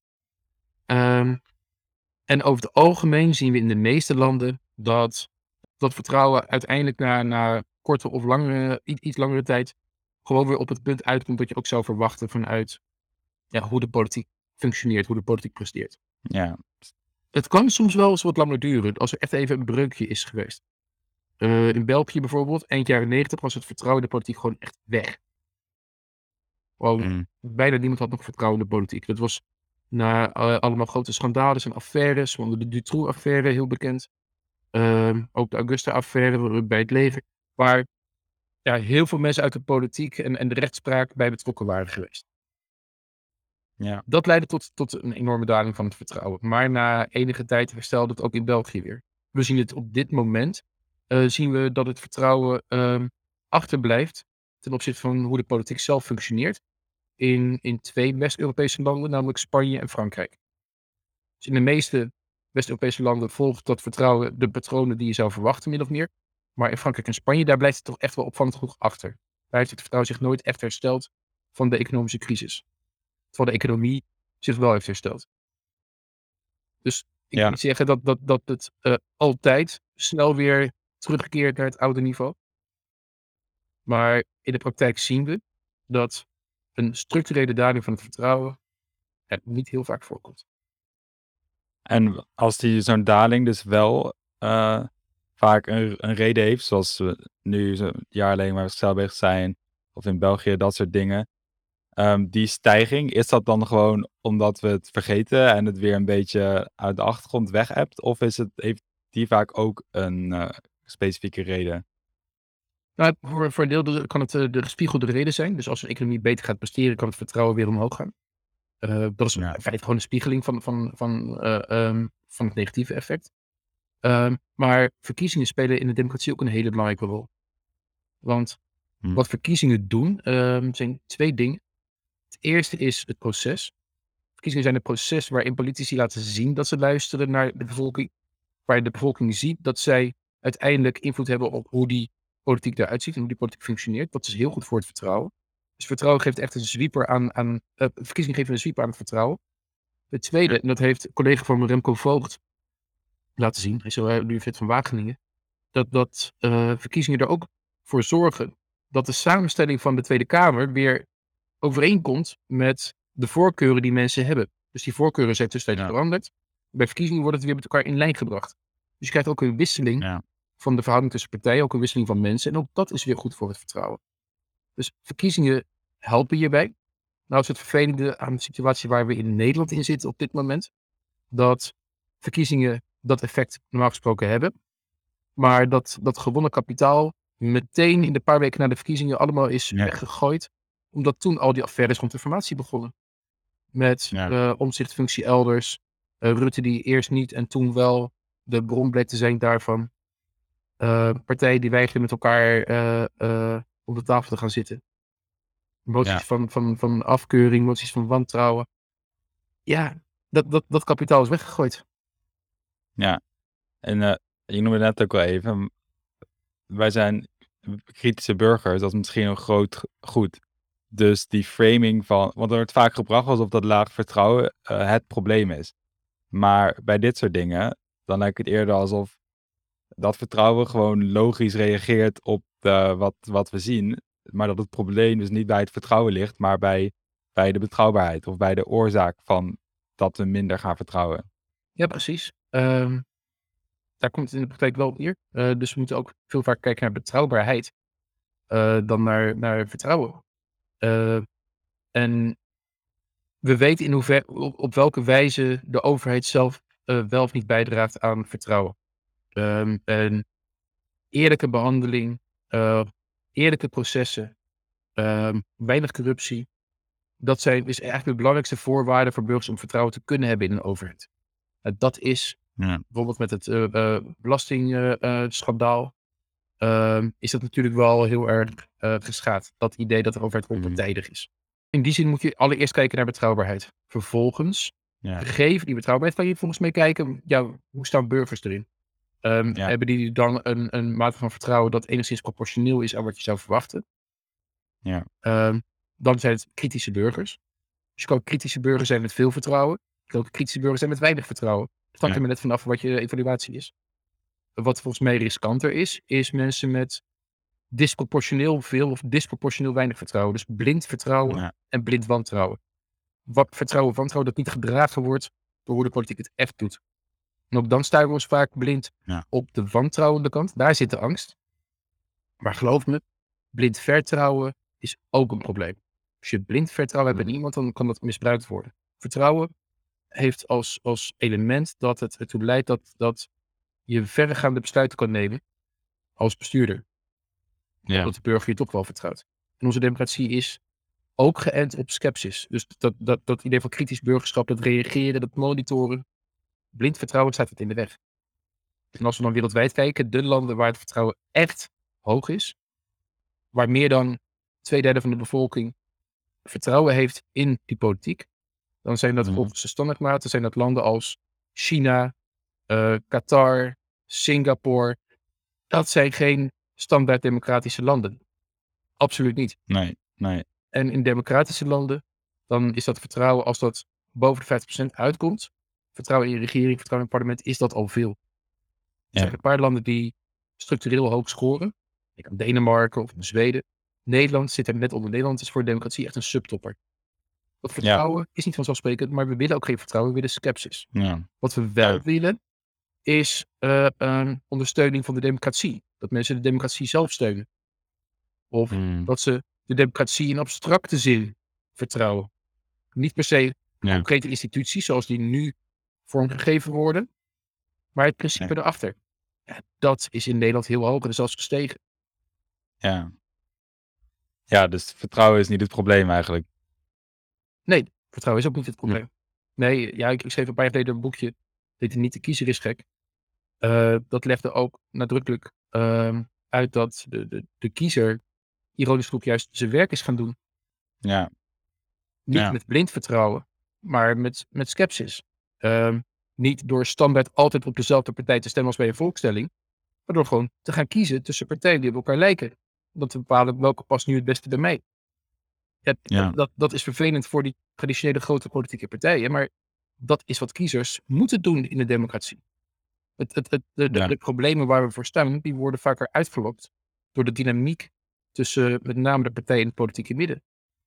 En over het algemeen zien we in de meeste landen dat vertrouwen uiteindelijk na korte of langere, iets langere tijd gewoon weer op het punt uitkomt dat je ook zou verwachten vanuit hoe de politiek functioneert, hoe de politiek presteert. Ja, Het kan soms wel eens wat langer duren als er echt even een breukje is geweest. In België bijvoorbeeld, eind jaren 90 was het vertrouwen in de politiek gewoon echt weg. Gewoon, bijna niemand had nog vertrouwen in de politiek. Dat was na allemaal grote schandalen en affaires, zoals de Dutroux-affaire, heel bekend. Ook de Augusta-affaire bij het leger, waar heel veel mensen uit de politiek en de rechtspraak bij betrokken waren geweest. ja, Dat leidde tot een enorme daling van het vertrouwen. Maar na enige tijd herstelde het ook in België weer. We zien het op dit moment, zien we dat het vertrouwen achterblijft ten opzichte van hoe de politiek zelf functioneert. In 2 West-Europese landen, namelijk Spanje en Frankrijk. Dus in de meeste West-Europese landen volgt dat vertrouwen de patronen die je zou verwachten, min of meer. Maar in Frankrijk en Spanje, daar blijft het toch echt wel opvallend genoeg achter. Daar heeft het vertrouwen zich nooit echt hersteld van de economische crisis. Terwijl de economie zich wel heeft hersteld. Dus ik wil niet zeggen dat het altijd snel weer terugkeert naar het oude niveau. Maar in de praktijk zien we dat een structurele daling van het vertrouwen er niet heel vaak voorkomt. En als die zo'n daling dus wel vaak een reden heeft, zoals we nu zo'n jaar alleen maar zichzelf bezig zijn, of in België, dat soort dingen. Die stijging, is dat dan gewoon omdat we het vergeten en het weer een beetje uit de achtergrond weg hebt? Of heeft die vaak ook een specifieke reden? Nou, voor een deel kan het de gespiegelde reden zijn. Dus als een economie beter gaat presteren, kan het vertrouwen weer omhoog gaan. Dat is in feite gewoon een spiegeling van het negatieve effect. Maar verkiezingen spelen in de democratie ook een hele belangrijke rol. Want wat verkiezingen doen, zijn 2 dingen. Het eerste is het proces. Verkiezingen zijn een proces waarin politici laten zien dat ze luisteren naar de bevolking. waar de bevolking ziet dat zij uiteindelijk invloed hebben op hoe die politiek eruit ziet en hoe die politiek functioneert. Dat is heel goed voor het vertrouwen. Dus vertrouwen geeft echt een zwieper verkiezingen geven een zwieper aan het vertrouwen. Het tweede, en dat heeft een collega van me, Remco Voogd, laten zien, hij is zo Universiteit van Wageningen, dat verkiezingen er ook voor zorgen dat de samenstelling van de Tweede Kamer weer overeenkomt met de voorkeuren die mensen hebben. Dus die voorkeuren zijn tussentijds veranderd. Bij verkiezingen wordt het weer met elkaar in lijn gebracht. Dus je krijgt ook een wisseling van de verhouding tussen partijen, ook een wisseling van mensen. En ook dat is weer goed voor het vertrouwen. Dus verkiezingen helpen hierbij. Nou is het vervelende aan de situatie waar we in Nederland in zitten op dit moment, dat verkiezingen dat effect normaal gesproken hebben, maar dat gewonnen kapitaal meteen in de paar weken na de verkiezingen allemaal is weggegooid, omdat toen al die affaires rond de formatie begonnen. Met omzichtfunctie elders, Rutte die eerst niet en toen wel de bron bleek te zijn daarvan. Partijen die weigerden met elkaar op de tafel te gaan zitten. Moties van afkeuring, moties van wantrouwen. Ja, dat kapitaal is weggegooid. Ja, en je noemde net ook al even, wij zijn kritische burgers, dat is misschien een groot goed. Dus die framing van, want er wordt vaak gebracht alsof dat laag vertrouwen het probleem is. Maar bij dit soort dingen, dan lijkt het eerder alsof dat vertrouwen gewoon logisch reageert op wat we zien. Maar dat het probleem dus niet bij het vertrouwen ligt, maar bij de betrouwbaarheid of bij de oorzaak van dat we minder gaan vertrouwen. Ja, precies. Daar komt het in de praktijk wel op neer. Dus we moeten ook veel vaak kijken naar betrouwbaarheid dan naar vertrouwen. En we weten in hoeverre, op welke wijze de overheid zelf wel of niet bijdraagt aan vertrouwen. En eerlijke behandeling, eerlijke processen, weinig corruptie. Dat is eigenlijk de belangrijkste voorwaarden voor burgers om vertrouwen te kunnen hebben in een overheid. Dat is bijvoorbeeld met het belastingschandaal. Is dat natuurlijk wel heel erg geschaad. Dat idee dat de overheid onpartijdig is. In die zin moet je allereerst kijken naar betrouwbaarheid. Vervolgens, gegeven die betrouwbaarheid, kan je volgens mij kijken, hoe staan burgers erin? Hebben die dan een mate van vertrouwen dat enigszins proportioneel is aan wat je zou verwachten? Dan zijn het kritische burgers. Dus je kan ook kritische burgers zijn met veel vertrouwen. Je kan ook kritische burgers zijn met weinig vertrouwen. Het hangt er maar net vanaf wat je evaluatie is. Wat volgens mij riskanter is mensen met disproportioneel veel of disproportioneel weinig vertrouwen. Dus blind vertrouwen en blind wantrouwen. Wantrouwen dat niet gedragen wordt door hoe de politiek het echt doet. En ook dan stuiven we ons vaak blind op de wantrouwende kant. Daar zit de angst. Maar geloof me, blind vertrouwen is ook een probleem. Als je blind vertrouwen hebt in iemand, dan kan dat misbruikt worden. Vertrouwen heeft als element dat het ertoe leidt dat je verregaande besluiten kan nemen als bestuurder. Dat de burger je toch wel vertrouwt. En onze democratie is ook geënt op skepsis. Dus dat idee van kritisch burgerschap, dat reageren, dat monitoren. Blind vertrouwen staat het in de weg. En als we dan wereldwijd kijken, de landen waar het vertrouwen echt hoog is, waar meer dan 2/3 van de bevolking vertrouwen heeft in die politiek, dan zijn dat volgens de standaardmaten zijn dat landen als China, Qatar, Singapore. Dat zijn geen standaard democratische landen. Absoluut niet. Nee. En in democratische landen, dan is dat vertrouwen, als dat boven de 50% uitkomt, vertrouwen in je regering, vertrouwen in het parlement, is dat al veel. Er zijn een paar landen die structureel hoog scoren. Ik aan Denemarken of Zweden. Nederland zit er net onder. Nederland is voor democratie echt een subtopper. Dat vertrouwen is niet vanzelfsprekend, maar we willen ook geen vertrouwen, we willen skepsis. Wat we wel willen, is ondersteuning van de democratie. Dat mensen de democratie zelf steunen. Of dat ze de democratie in abstracte zin vertrouwen. Niet per se concrete instituties zoals die nu vormgegeven worden, maar het principe erachter. Ja, dat is in Nederland heel hoog en is zelfs gestegen. Ja, dus vertrouwen is niet het probleem eigenlijk. Nee, vertrouwen is ook niet het probleem. Nee, ik schreef een paar jaar geleden een boekje, dit Niet de kiezer is gek. Dat legde ook nadrukkelijk uit dat de kiezer, ironisch genoeg, juist zijn werk is gaan doen. Niet met blind vertrouwen, maar met skepsis. Niet door standaard altijd op dezelfde partij te stemmen als bij een volkstelling. Maar door gewoon te gaan kiezen tussen partijen die op elkaar lijken. Om te bepalen welke past nu het beste bij mij. Ja. Dat is vervelend voor die traditionele grote politieke partijen. Maar dat is wat kiezers moeten doen in de democratie. De problemen waar we voor staan, die worden vaker uitgelokt door de dynamiek tussen met name de partijen in het politieke midden.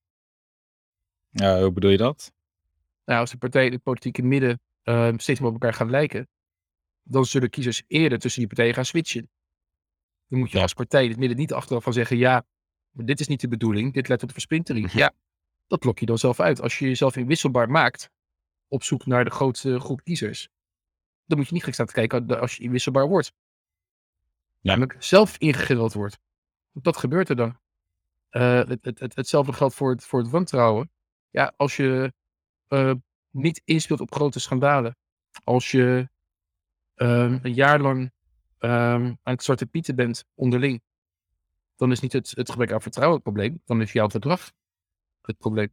Hoe bedoel je dat? Nou, als de partijen in het politieke midden steeds meer op elkaar gaan lijken, dan zullen kiezers eerder tussen die partijen gaan switchen. Dan moet je als partij in het midden niet achteraf van zeggen, ja, dit is niet de bedoeling, dit leidt tot versplintering. Ja, dat lok je dan zelf uit. Als je jezelf inwisselbaar maakt op zoek naar de grootste groep kiezers, dan moet je niet gek staan te kijken als je inwisselbaar wordt. Namelijk zelf ingegreld wordt. Dat gebeurt er dan. Hetzelfde geldt voor het wantrouwen. Ja, als je niet inspeelt op grote schandalen. Als je een jaar lang aan het zwarte pieten bent onderling. Dan is niet het gebrek aan vertrouwen het probleem. Dan is jouw gedrag het probleem.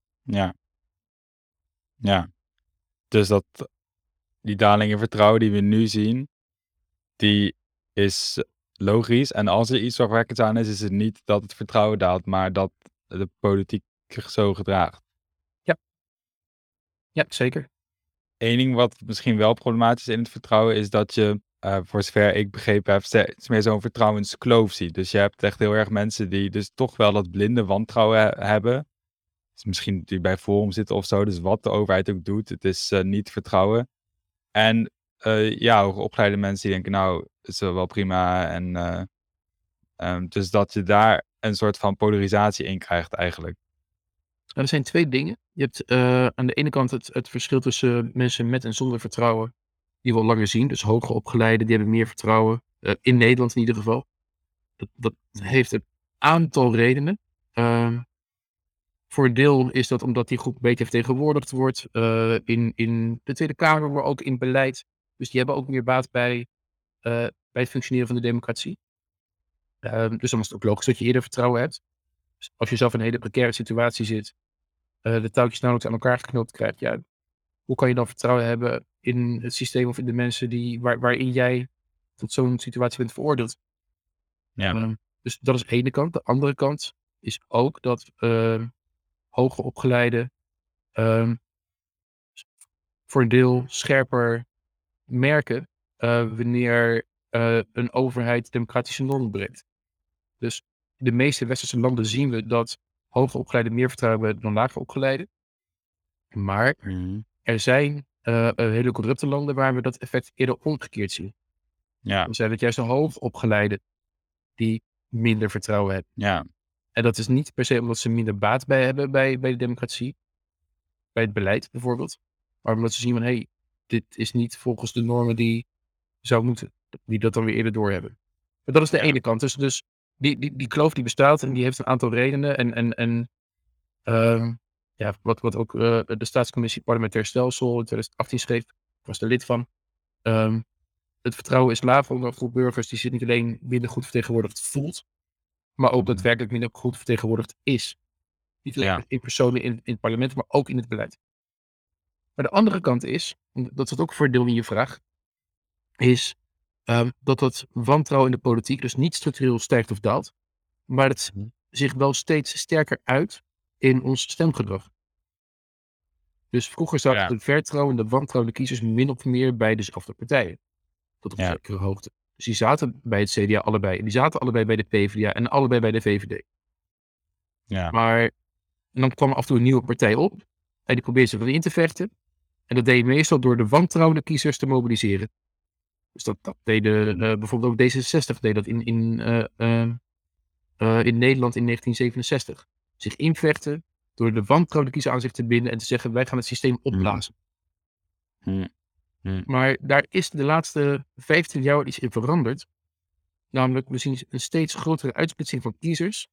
Ja. Dus die daling in vertrouwen die we nu zien, die is logisch. En als er iets zorgwekkends aan is het niet dat het vertrouwen daalt, maar dat de politiek zich zo gedraagt. Ja, zeker. Eén ding wat misschien wel problematisch is in het vertrouwen is dat je, voor zover ik begrepen heb, steeds meer zo'n vertrouwenskloof ziet. Dus je hebt echt heel erg mensen die dus toch wel dat blinde wantrouwen hebben. Dus misschien die bij Forum zitten of zo. Dus wat de overheid ook doet, het is niet vertrouwen. En hoogopgeleide mensen die denken, nou, het is wel prima. En dus dat je daar een soort van polarisatie in krijgt eigenlijk. Er zijn twee dingen. Je hebt aan de ene kant het verschil tussen mensen met en zonder vertrouwen. Die we al langer zien. Dus hoger opgeleiden, die hebben meer vertrouwen. In Nederland in ieder geval. Dat heeft een aantal redenen. Voor een deel is dat omdat die groep beter vertegenwoordigd wordt. In de Tweede Kamer, maar ook in beleid. Dus die hebben ook meer baat bij het functioneren van de democratie. Dus dan is het ook logisch dat je eerder vertrouwen hebt. Dus als je zelf in een hele precaire situatie zit. De touwtjes nauwelijks aan elkaar geknoopt krijgt. Ja, hoe kan je dan vertrouwen hebben in het systeem of in de mensen waarin jij tot zo'n situatie bent veroordeeld? Ja. Dus dat is de ene kant. De andere kant is ook dat hoger opgeleide voor een deel scherper merken wanneer een overheid democratische normen breekt. Dus in de meeste westerse landen zien we dat hoger opgeleide meer vertrouwen hebben dan lager opgeleide. Maar er zijn hele corrupte landen waar we dat effect eerder omgekeerd zien. Ja. Dan zijn het juist de hoog opgeleide die minder vertrouwen hebben. Ja. En dat is niet per se omdat ze minder baat bij hebben bij de democratie. Bij het beleid bijvoorbeeld. Maar omdat ze zien van, hey, dit is niet volgens de normen die zou moeten. Die dat dan weer eerder doorhebben. Maar dat is de ene kant. Dus die kloof die bestaat en die heeft een aantal redenen. Wat ook de Staatscommissie Parlementair Stelsel in 2018 schreef. Ik was er lid van. Het vertrouwen is laag onder een groep burgers die zich niet alleen minder goed vertegenwoordigd voelt, maar ook daadwerkelijk minder goed vertegenwoordigd is. Niet alleen in personen in het parlement, maar ook in het beleid. Maar de andere kant is, en dat zit ook voor een deel in je vraag, is dat wantrouwen in de politiek dus niet structureel stijgt of daalt, maar het zich wel steeds sterker uit in ons stemgedrag. Dus vroeger zat de vertrouwende, wantrouwende kiezers min of meer bij dezelfde partijen. Tot op zekere hoogte. Dus die zaten bij het CDA allebei. En die zaten allebei bij de PvdA en allebei bij de VVD. Ja. Maar dan kwam er af en toe een nieuwe partij op. En die probeerde zich erin te vechten. En dat deed je meestal door de wantrouwende kiezers te mobiliseren. Dus dat deden bijvoorbeeld ook D66 deed dat in Nederland in 1967. Zich invechten door de wantrouwende kiezer aan zich te binden en te zeggen wij gaan het systeem opblazen. Maar daar is de laatste 15 jaar iets in veranderd. Namelijk, we zien een steeds grotere uitsplitsing van kiezers.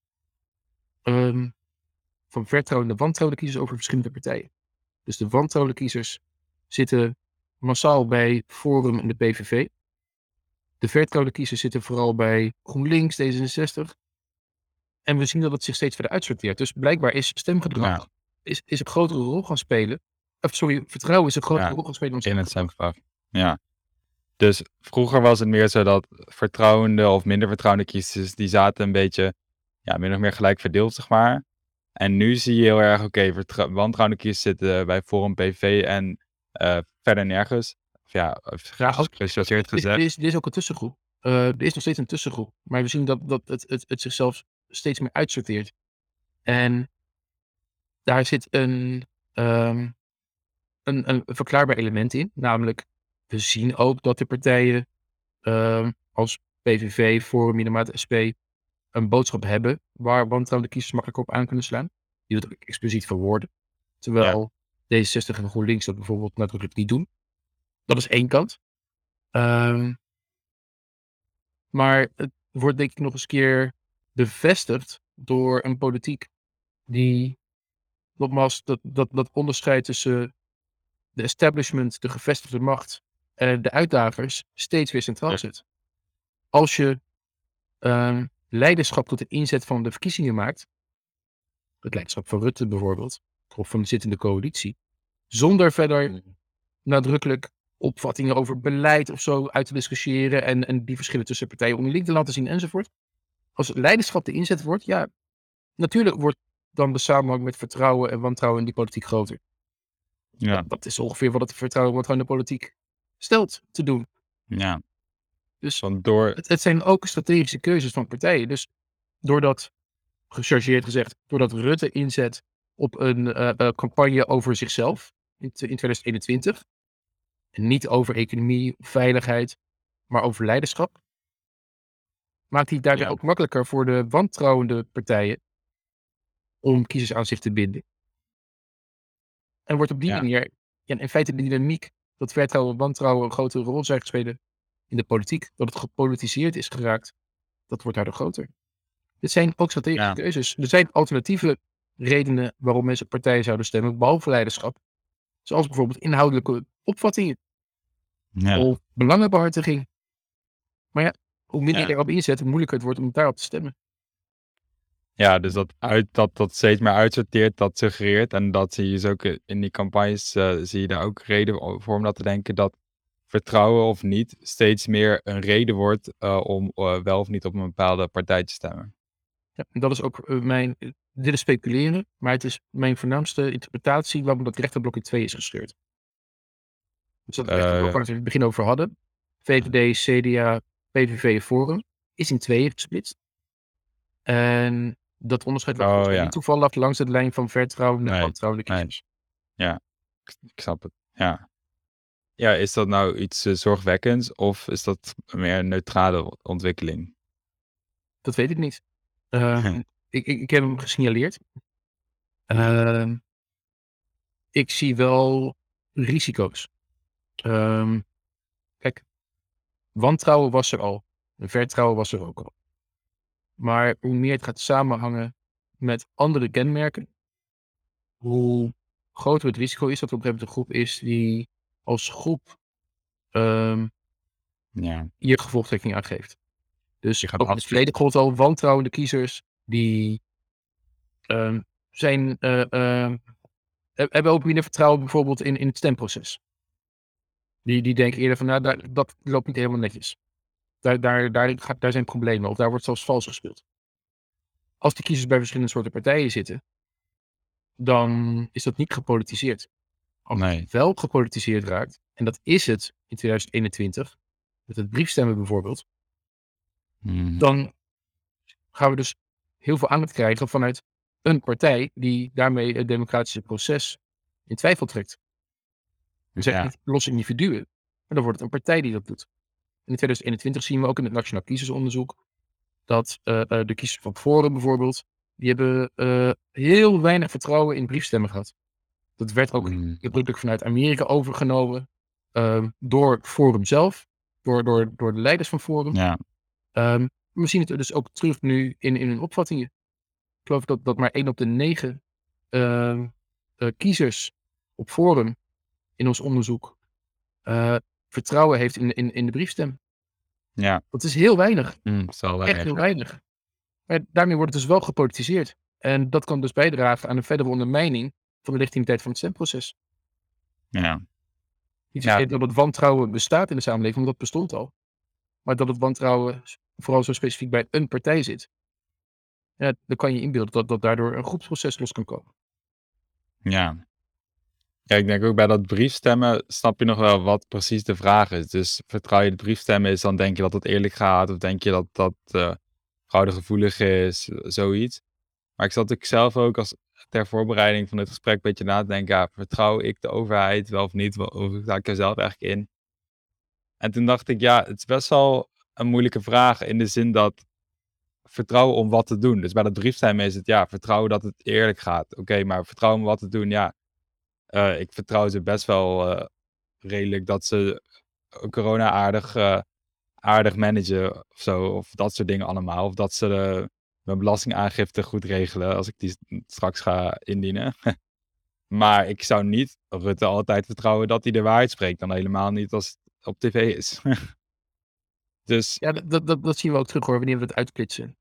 Van vertrouwende en wantrouwende kiezers over verschillende partijen. Dus de wantrouwende kiezers zitten massaal bij Forum en de PVV. De vertrouwende kiezers zitten vooral bij GroenLinks, D66. En we zien dat het zich steeds verder uitsorteert. Dus blijkbaar is stemgedrag is een grotere rol gaan spelen vertrouwen is een grote Ja, rol gespeeld om in het stemgedrag. Ja. Dus vroeger was het meer zo dat vertrouwende of minder vertrouwende kiezers, die zaten een beetje, min of meer gelijk verdeeld, zeg maar. En nu zie je heel erg, wantrouwende kiezers zitten bij Forum PV en verder nergens. Of gechargeerd gezegd. Dit is ook een tussengroep. Er is nog steeds een tussengroep. Maar we zien dat het zichzelf steeds meer uitsorteert. En daar zit een verklaarbaar element in. Namelijk, we zien ook dat de partijen als PVV, Forum, Minimate, SP een boodschap hebben waar wantrouwende kiezers makkelijk op aan kunnen slaan. Die dat ook expliciet verwoorden. Terwijl D66 en GroenLinks dat bijvoorbeeld nadrukkelijk niet doen. Dat is één kant. Maar het wordt denk ik nog eens keer bevestigd door een politiek die nogmaals dat onderscheid tussen de establishment, de gevestigde macht en de uitdagers steeds weer centraal zet. Als je leiderschap tot de inzet van de verkiezingen maakt, het leiderschap van Rutte bijvoorbeeld, of van de zittende coalitie, zonder verder nadrukkelijk opvattingen over beleid of zo uit te discussiëren en die verschillen tussen partijen onderling te laten zien enzovoort. Als het leiderschap de inzet wordt, natuurlijk wordt dan de samenhang met vertrouwen en wantrouwen in die politiek groter. Ja. Dat is ongeveer wat het vertrouwen wordt gewoon de politiek stelt te doen. Ja. Dus het zijn ook strategische keuzes van partijen. Dus doordat, gechargeerd gezegd, doordat Rutte inzet op een campagne over zichzelf in 2021, en niet over economie, veiligheid, maar over leiderschap, maakt hij het daardoor ook makkelijker voor de wantrouwende partijen om kiezers aan zich te binden. En wordt op die manier, in feite de dynamiek dat vertrouwen en wantrouwen een grotere rol zijn gespeeld in de politiek, dat het gepolitiseerd is geraakt, dat wordt daardoor groter. Dit zijn ook strategische keuzes. Er zijn alternatieve redenen waarom mensen op partijen zouden stemmen, behalve leiderschap. Zoals bijvoorbeeld inhoudelijke opvattingen. Of belangenbehartiging. Maar hoe minder je erop inzet, hoe moeilijker het wordt om daarop te stemmen. Ja, dus dat steeds meer uitsorteert, dat suggereert. En dat zie je dus ook in die campagnes, zie je daar ook reden voor om dat te denken, dat vertrouwen of niet steeds meer een reden wordt om wel of niet op een bepaalde partij te stemmen. Ja, en dat is ook dit is speculeren, maar het is mijn voornaamste interpretatie waarom dat rechterblok in twee is gescheurd. Dus dat rechterblok waar we het in het begin over hadden, VVD, CDA, PVV en Forum, is in tweeën gesplitst. En dat onderscheid lag niet toevallig langs de lijn van vertrouwende en wantrouwende kiezers. Ja, ik snap het. Ja. Ja, is dat nou iets zorgwekkends of is dat meer een neutrale ontwikkeling? Dat weet ik niet. Ik heb hem gesignaleerd. Ik zie wel risico's. Kijk, wantrouwen was er al. Vertrouwen was er ook al. Maar hoe meer het gaat samenhangen met andere kenmerken, hoe groter het risico is dat er op een gegeven moment een groep is die als groep hier gevolgtrekking aan geeft. Dus ook in het verleden gold al wantrouwende kiezers die hebben ook minder vertrouwen bijvoorbeeld in het stemproces. Die denken eerder van, dat loopt niet helemaal netjes. Daar zijn problemen of daar wordt zelfs vals gespeeld. Als die kiezers bij verschillende soorten partijen zitten, dan is dat niet gepolitiseerd. Als het wel gepolitiseerd raakt, en dat is het in 2021, met het briefstemmen bijvoorbeeld, dan gaan we dus heel veel aandacht krijgen vanuit een partij die daarmee het democratische proces in twijfel trekt. We zeggen niet losse individuen, maar dan wordt het een partij die dat doet. En in 2021 zien we ook in het Nationaal Kiezersonderzoek dat de kiezers van Forum bijvoorbeeld, die hebben heel weinig vertrouwen in briefstemmen gehad. Dat werd ook nadrukkelijk vanuit Amerika overgenomen door Forum zelf, door de leiders van Forum. We zien het dus ook terug nu in hun opvattingen. Ik geloof dat maar 1 op de 9 kiezers op Forum in ons onderzoek vertrouwen heeft in de briefstem. Ja. Dat is heel weinig. Echt heel weinig. Maar daarmee wordt het dus wel gepolitiseerd. En dat kan dus bijdragen aan een verdere ondermijning van de legitimiteit van het stemproces. Ja. Niet Ja. zozeer dat het wantrouwen bestaat in de samenleving, want dat bestond al. Maar dat het wantrouwen vooral zo specifiek bij een partij zit. Ja, dan kan je inbeelden dat daardoor een groepsproces los kan komen. Ja. Ja, ik denk ook bij dat briefstemmen snap je nog wel wat precies de vraag is. Dus vertrouw je de briefstemmen is, dan denk je dat het eerlijk gaat, of denk je dat fraudegevoelig is, zoiets. Maar ik zat ook zelf ook ter voorbereiding van dit gesprek een beetje na te denken, ja, vertrouw ik de overheid wel of niet? Hoe sta ik er zelf eigenlijk in? En toen dacht ik, ja, het is best wel een moeilijke vraag in de zin dat vertrouwen om wat te doen. Dus bij dat briefstemmen is het, ja, vertrouwen dat het eerlijk gaat. Oké, maar vertrouwen om wat te doen, ja. Ik vertrouw ze best wel redelijk dat ze corona aardig managen of zo. Of dat soort dingen allemaal. Of dat ze mijn belastingaangifte goed regelen als ik die straks ga indienen. Maar ik zou niet Rutte altijd vertrouwen dat hij de waarheid spreekt. Dan helemaal niet als het op tv is. Dus Ja, dat zien we ook terug hoor, wanneer we het uitsplitsen.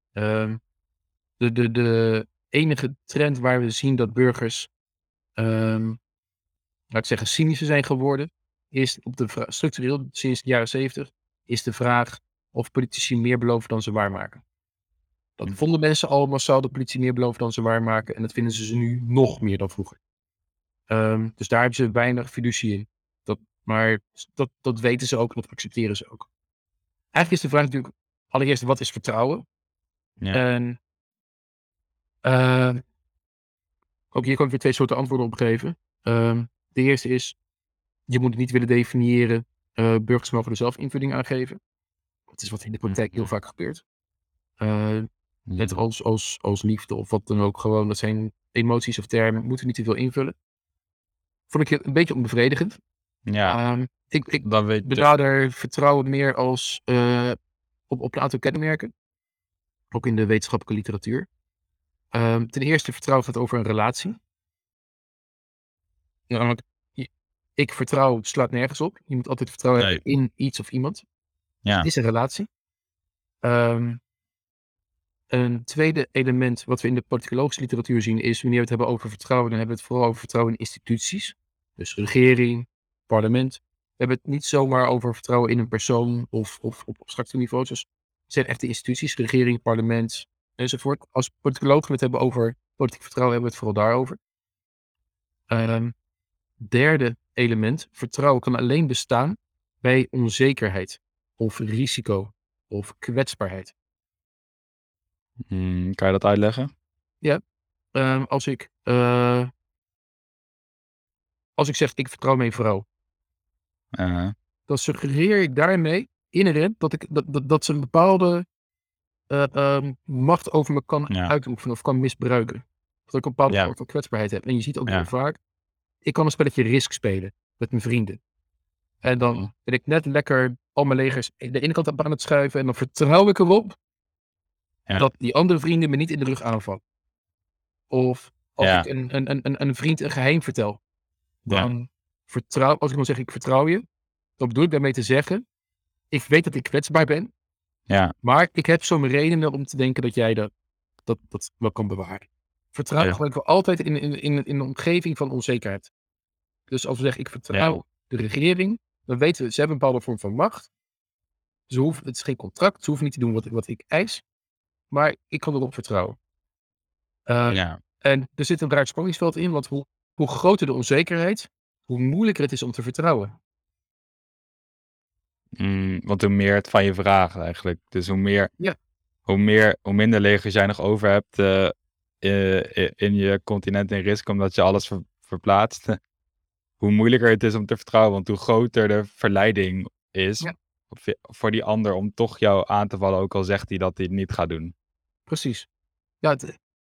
De enige trend waar we zien dat burgers, laat ik zeggen, cynischer zijn geworden, is op structureel sinds de jaren 70, is de vraag of politici meer beloven dan ze waarmaken. Dat vonden mensen al massaal dat politie meer beloven dan ze waarmaken. En dat vinden ze nu nog meer dan vroeger. Dus daar hebben ze weinig fiducie in. Maar dat weten ze ook en dat accepteren ze ook. Eigenlijk is de vraag natuurlijk allereerst, wat is vertrouwen? ja. En ook hier kan ik weer 2 soorten antwoorden op geven. De eerste is, je moet het niet willen definiëren. Burgers mogen er zelf invulling aan geven. Dat is wat in de praktijk heel vaak gebeurt. Net als liefde of wat dan ook. Gewoon, dat zijn emoties of termen. Moeten niet te veel invullen. Vond ik het een beetje onbevredigend. Ja, Ik dan weet je. benader vertrouwen meer als op een aantal kenmerken. Ook in de wetenschappelijke literatuur. Ten eerste, vertrouwen gaat over een relatie. Namelijk, ik vertrouw slaat nergens op. Je moet altijd vertrouwen hebben in iets of iemand. Ja. Het is een relatie. Een tweede element wat we in de politicologische literatuur zien is, wanneer we het hebben over vertrouwen, dan hebben we het vooral over vertrouwen in instituties. Dus regering, parlement. We hebben het niet zomaar over vertrouwen in een persoon of op abstracte niveaus. Dus het zijn echte instituties, regering, parlement enzovoort. Als politicologen we het hebben over politiek vertrouwen, hebben we het vooral daarover. Derde element, vertrouwen kan alleen bestaan bij onzekerheid of risico of kwetsbaarheid. Kan je dat uitleggen? Ja, als ik zeg ik vertrouw mijn vrouw, dan suggereer ik daarmee inherent dat ze een bepaalde macht over me kan uitoefenen of kan misbruiken. Dat ik een bepaalde vorm van kwetsbaarheid heb. En je ziet ook heel vaak, ik kan een spelletje Risk spelen met mijn vrienden. En dan ben ik net lekker al mijn legers de ene kant op aan het schuiven en dan vertrouw ik erop dat die andere vrienden me niet in de rug aanvallen. Of als ik een vriend een geheim vertel, dan als ik dan zeg ik vertrouw je, dan bedoel ik daarmee te zeggen, ik weet dat ik kwetsbaar ben, maar ik heb zo mijn redenen om te denken dat jij dat wel kan bewaren. Vertrouwen gebruiken we altijd in een omgeving van onzekerheid. Dus als we zeggen ik vertrouw de regering, dan weten we, ze hebben een bepaalde vorm van macht. Het is geen contract, ze hoeven niet te doen wat ik eis, maar ik kan erop vertrouwen. En er zit een raar spanningsveld in, want hoe groter de onzekerheid, hoe moeilijker het is om te vertrouwen. Want hoe meer het van je vraagt eigenlijk. Dus hoe minder legers jij nog over hebt in je continent in Risk, omdat je alles verplaatst, hoe moeilijker het is om te vertrouwen. Want hoe groter de verleiding is voor die ander om toch jou aan te vallen, ook al zegt hij dat hij het niet gaat doen. Precies. Ja,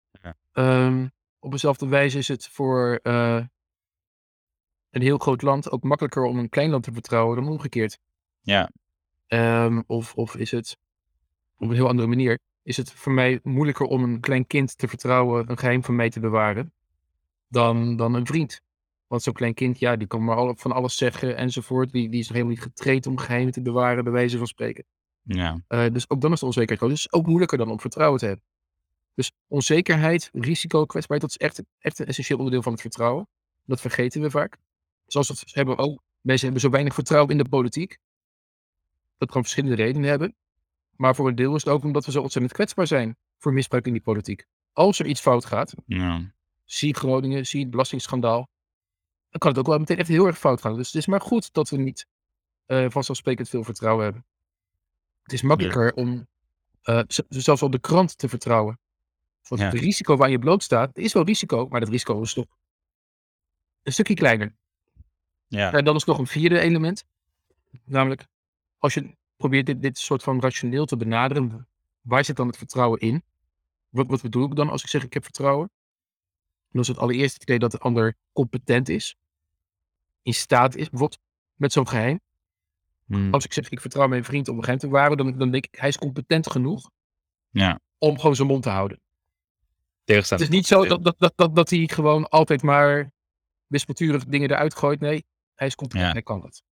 op dezelfde wijze is het voor een heel groot land ook makkelijker om een klein land te vertrouwen dan omgekeerd. Ja. Of is het, op een heel andere manier, is het voor mij moeilijker om een klein kind te vertrouwen, een geheim van mij te bewaren, dan een vriend. Want zo'n klein kind, die kan maar van alles zeggen enzovoort. Die is nog helemaal niet getraind om geheimen te bewaren, bij wijze van spreken. Ja. Dus ook dan is de onzekerheid groot. Dus ook moeilijker dan om vertrouwen te hebben. Dus onzekerheid, risico, kwetsbaarheid, dat is echt een essentieel onderdeel van het vertrouwen. Dat vergeten we vaak. Zoals we het hebben ook. Mensen hebben zo weinig vertrouwen in de politiek. Dat kan verschillende redenen hebben. Maar voor een deel is het ook omdat we zo ontzettend kwetsbaar zijn voor misbruik in die politiek. Als er iets fout gaat, Ja. zie Groningen, zie het belastingsschandaal, dan kan het ook wel meteen echt heel erg fout gaan. Dus het is maar goed dat we niet vanzelfsprekend veel vertrouwen hebben. Het is makkelijker om zelfs op de krant te vertrouwen. Want het risico waar je blootstaat, is wel risico, maar dat risico is toch een stukje kleiner. Ja. En dan is nog een vierde element. Namelijk, als je probeert dit soort van rationeel te benaderen, waar zit dan het vertrouwen in? Wat bedoel ik dan als ik zeg ik heb vertrouwen? Dan is het allereerst het idee dat de ander competent is. In staat is, bijvoorbeeld met zo'n geheim. Als ik zeg ik vertrouw mijn vriend om een geheim te bewaren, dan denk ik hij is competent genoeg om gewoon zijn mond te houden. Het is niet zo dat hij gewoon altijd maar wispelturig dingen eruit gooit. Nee, hij is competent, hij kan dat.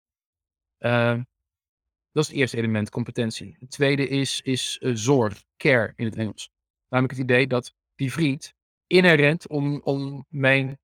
Dat is het eerste element, competentie. Het tweede is zorg, care in het Engels. Namelijk het idee dat die vriend inherent om mijn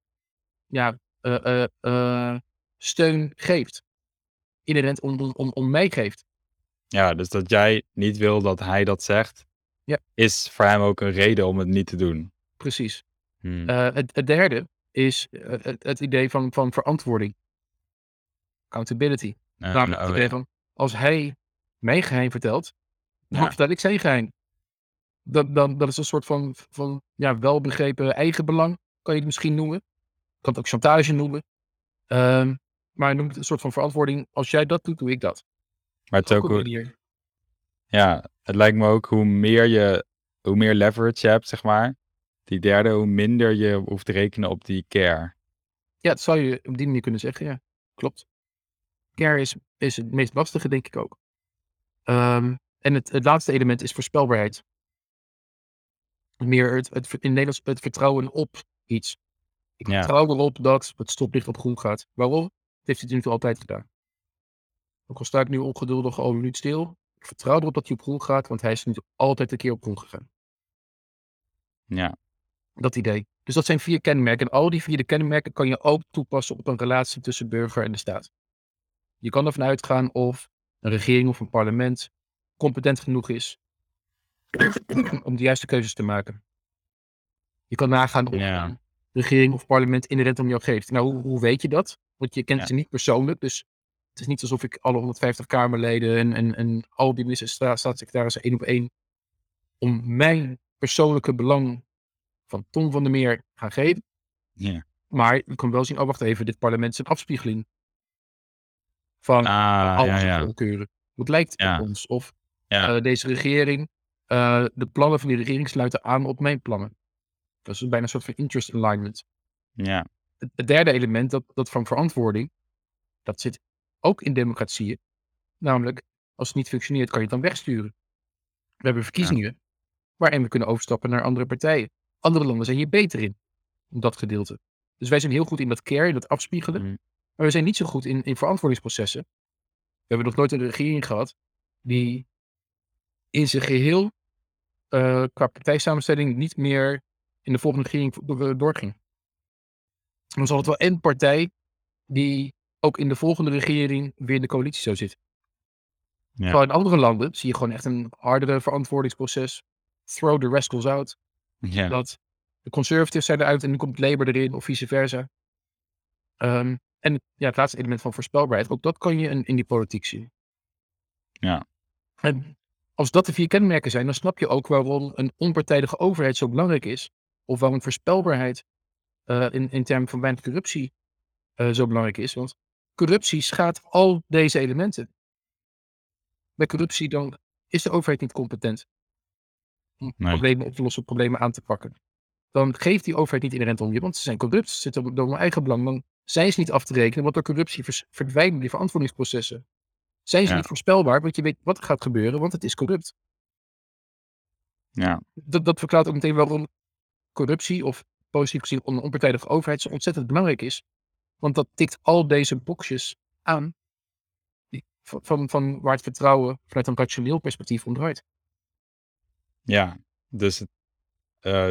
steun geeft. Inherent om mij geeft. Ja, dus dat jij niet wil dat hij dat zegt, is voor hem ook een reden om het niet te doen. Precies. Het derde is het idee van verantwoording. Accountability. Namelijk het idee van, als hij mijn geheim vertelt, dan vertel ik zijn geheim. Dat is een soort van welbegrepen eigenbelang, kan je het misschien noemen. Je kan het ook chantage noemen. Maar noem het een soort van verantwoording. Als jij dat doet, doe ik dat. Maar het is ook het lijkt me ook hoe meer leverage je hebt, zeg maar. Die derde, hoe minder je hoeft te rekenen op die care. Ja, dat zou je op die manier kunnen zeggen, ja. Klopt. Care is het meest lastige, denk ik ook. En het laatste element is voorspelbaarheid. Meer in Nederlands het vertrouwen op iets. Ik vertrouw erop dat het stoplicht op groen gaat. Waarom? Het heeft hij nu altijd gedaan. Ook al sta ik nu ongeduldig al een minuut stil. Ik vertrouw erop dat hij op groen gaat, want hij is nu altijd een keer op groen gegaan. Ja. Dat idee. Dus dat zijn 4 kenmerken. En al die 4 kenmerken kan je ook toepassen op een relatie tussen burger en de staat. Je kan ervan uitgaan of een regering of een parlement competent genoeg is om de juiste keuzes te maken. Je kan nagaan of een regering of parlement inherent om jou geeft. Nou, hoe weet je dat? Want je kent ze niet persoonlijk, dus het is niet alsof ik alle 150 Kamerleden en al die ministers, staatssecretarissen 1 op 1 om mijn persoonlijke belang van Tom van der Meer gaan geven. Ja. Maar je kan wel zien, oh wacht even, dit parlement is een afspiegeling van alle voorkeuren. Wat lijkt op ons? Of deze regering, de plannen van die regering sluiten aan op mijn plannen. Dat is bijna een soort van interest alignment. Ja. Het derde element, dat van verantwoording, dat zit ook in democratieën. Namelijk, als het niet functioneert, kan je het dan wegsturen. We hebben verkiezingen waarin we kunnen overstappen naar andere partijen. Andere landen zijn hier beter in dat gedeelte. Dus wij zijn heel goed in dat care, in dat afspiegelen. Maar we zijn niet zo goed in verantwoordingsprocessen. We hebben nog nooit een regering gehad die in zijn geheel qua partijsamenstelling niet meer in de volgende regering doorging. Dan zal het wel één partij die ook in de volgende regering weer in de coalitie zou zitten. Terwijl in andere landen zie je gewoon echt een hardere verantwoordingsproces. Throw the rascals out. Dat de conservatives zijn eruit en dan komt Labour erin of vice versa. En het laatste element van voorspelbaarheid, ook dat kan je in die politiek zien. Ja. En als dat de 4 kenmerken zijn, dan snap je ook waarom een onpartijdige overheid zo belangrijk is. Of waarom voorspelbaarheid in termen van weinig corruptie zo belangrijk is. Want corruptie schaadt al deze elementen. Bij corruptie dan is de overheid niet competent om problemen op te lossen, problemen aan te pakken. Dan geeft die overheid niet inherent om je, want ze zijn corrupt, ze zitten door hun eigen belang. Dan zijn ze niet af te rekenen, want door corruptie verdwijnen die verantwoordingsprocessen. Zijn ze niet voorspelbaar, want je weet wat er gaat gebeuren, want het is corrupt. Ja. Dat verklaart ook meteen waarom corruptie of positief gezien een onpartijdige overheid zo ontzettend belangrijk is. Want dat tikt al deze boxjes aan van waar het vertrouwen vanuit een rationeel perspectief om draait. Ja, dus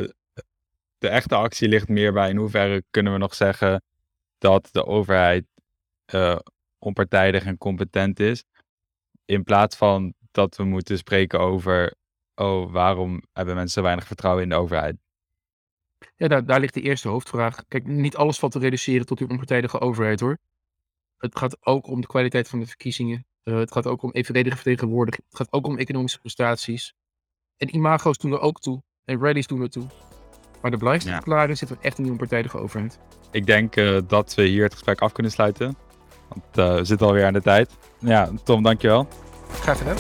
de echte actie ligt meer bij in hoeverre kunnen we nog zeggen dat de overheid onpartijdig en competent is. In plaats van dat we moeten spreken over, waarom hebben mensen zo weinig vertrouwen in de overheid? Ja, daar ligt de eerste hoofdvraag. Kijk, niet alles valt te reduceren tot die onpartijdige overheid, hoor. Het gaat ook om de kwaliteit van de verkiezingen. Het gaat ook om evenredige vertegenwoordiging. Het gaat ook om economische prestaties. En imago's doen er ook toe. En rallies doen er toe. Maar de belangrijkste verklaring zit er echt in die onpartijdige overheid. Ik denk dat we hier het gesprek af kunnen sluiten. Want we zitten alweer aan de tijd. Ja, Tom, dankjewel. Graag gedaan.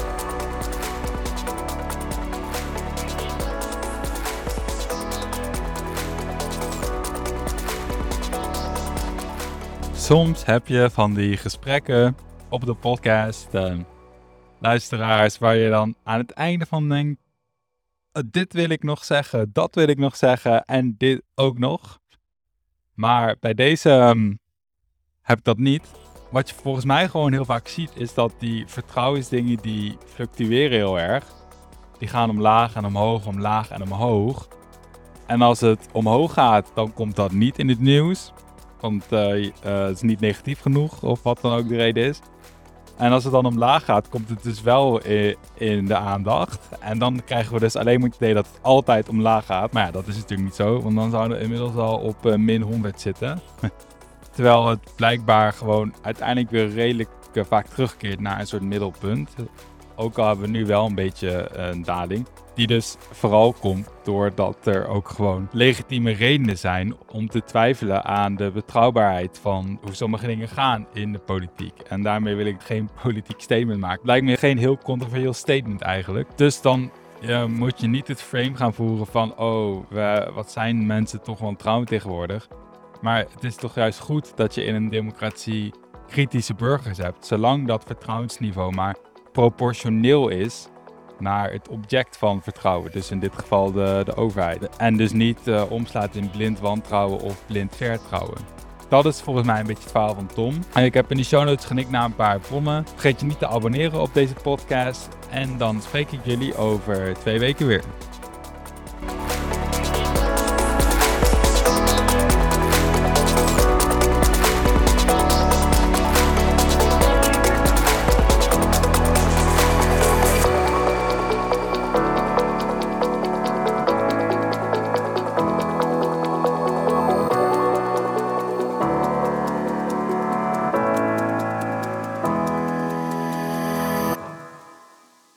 Soms heb je van die gesprekken op de podcast, luisteraars, waar je dan aan het einde van denkt, dit wil ik nog zeggen, dat wil ik nog zeggen en dit ook nog. Maar bij deze heb ik dat niet. Wat je volgens mij gewoon heel vaak ziet, is dat die vertrouwensdingen die fluctueren heel erg. Die gaan omlaag en omhoog, omlaag en omhoog. En als het omhoog gaat, dan komt dat niet in het nieuws. Want het is niet negatief genoeg, of wat dan ook de reden is. En als het dan omlaag gaat, komt het dus wel in de aandacht. En dan krijgen we dus alleen maar het idee dat het altijd omlaag gaat. Maar ja, dat is natuurlijk niet zo, want dan zouden we inmiddels al op min 100 zitten. Terwijl het blijkbaar gewoon uiteindelijk weer redelijk vaak terugkeert naar een soort middelpunt. Ook al hebben we nu wel een beetje een daling. Die dus vooral komt doordat er ook gewoon legitieme redenen zijn om te twijfelen aan de betrouwbaarheid van hoe sommige dingen gaan in de politiek. En daarmee wil ik geen politiek statement maken. Lijkt me geen heel controversieel statement eigenlijk. Dus dan moet je niet het frame gaan voeren van wat zijn mensen toch wantrouwend tegenwoordig. Maar het is toch juist goed dat je in een democratie kritische burgers hebt. Zolang dat vertrouwensniveau maar proportioneel is naar het object van vertrouwen. Dus in dit geval de overheid. En dus niet omslaat in blind wantrouwen of blind vertrouwen. Dat is volgens mij een beetje het verhaal van Tom. En ik heb in de show notes gelinkt naar een paar bronnen. Vergeet je niet te abonneren op deze podcast. En dan spreek ik jullie over 2 weken weer.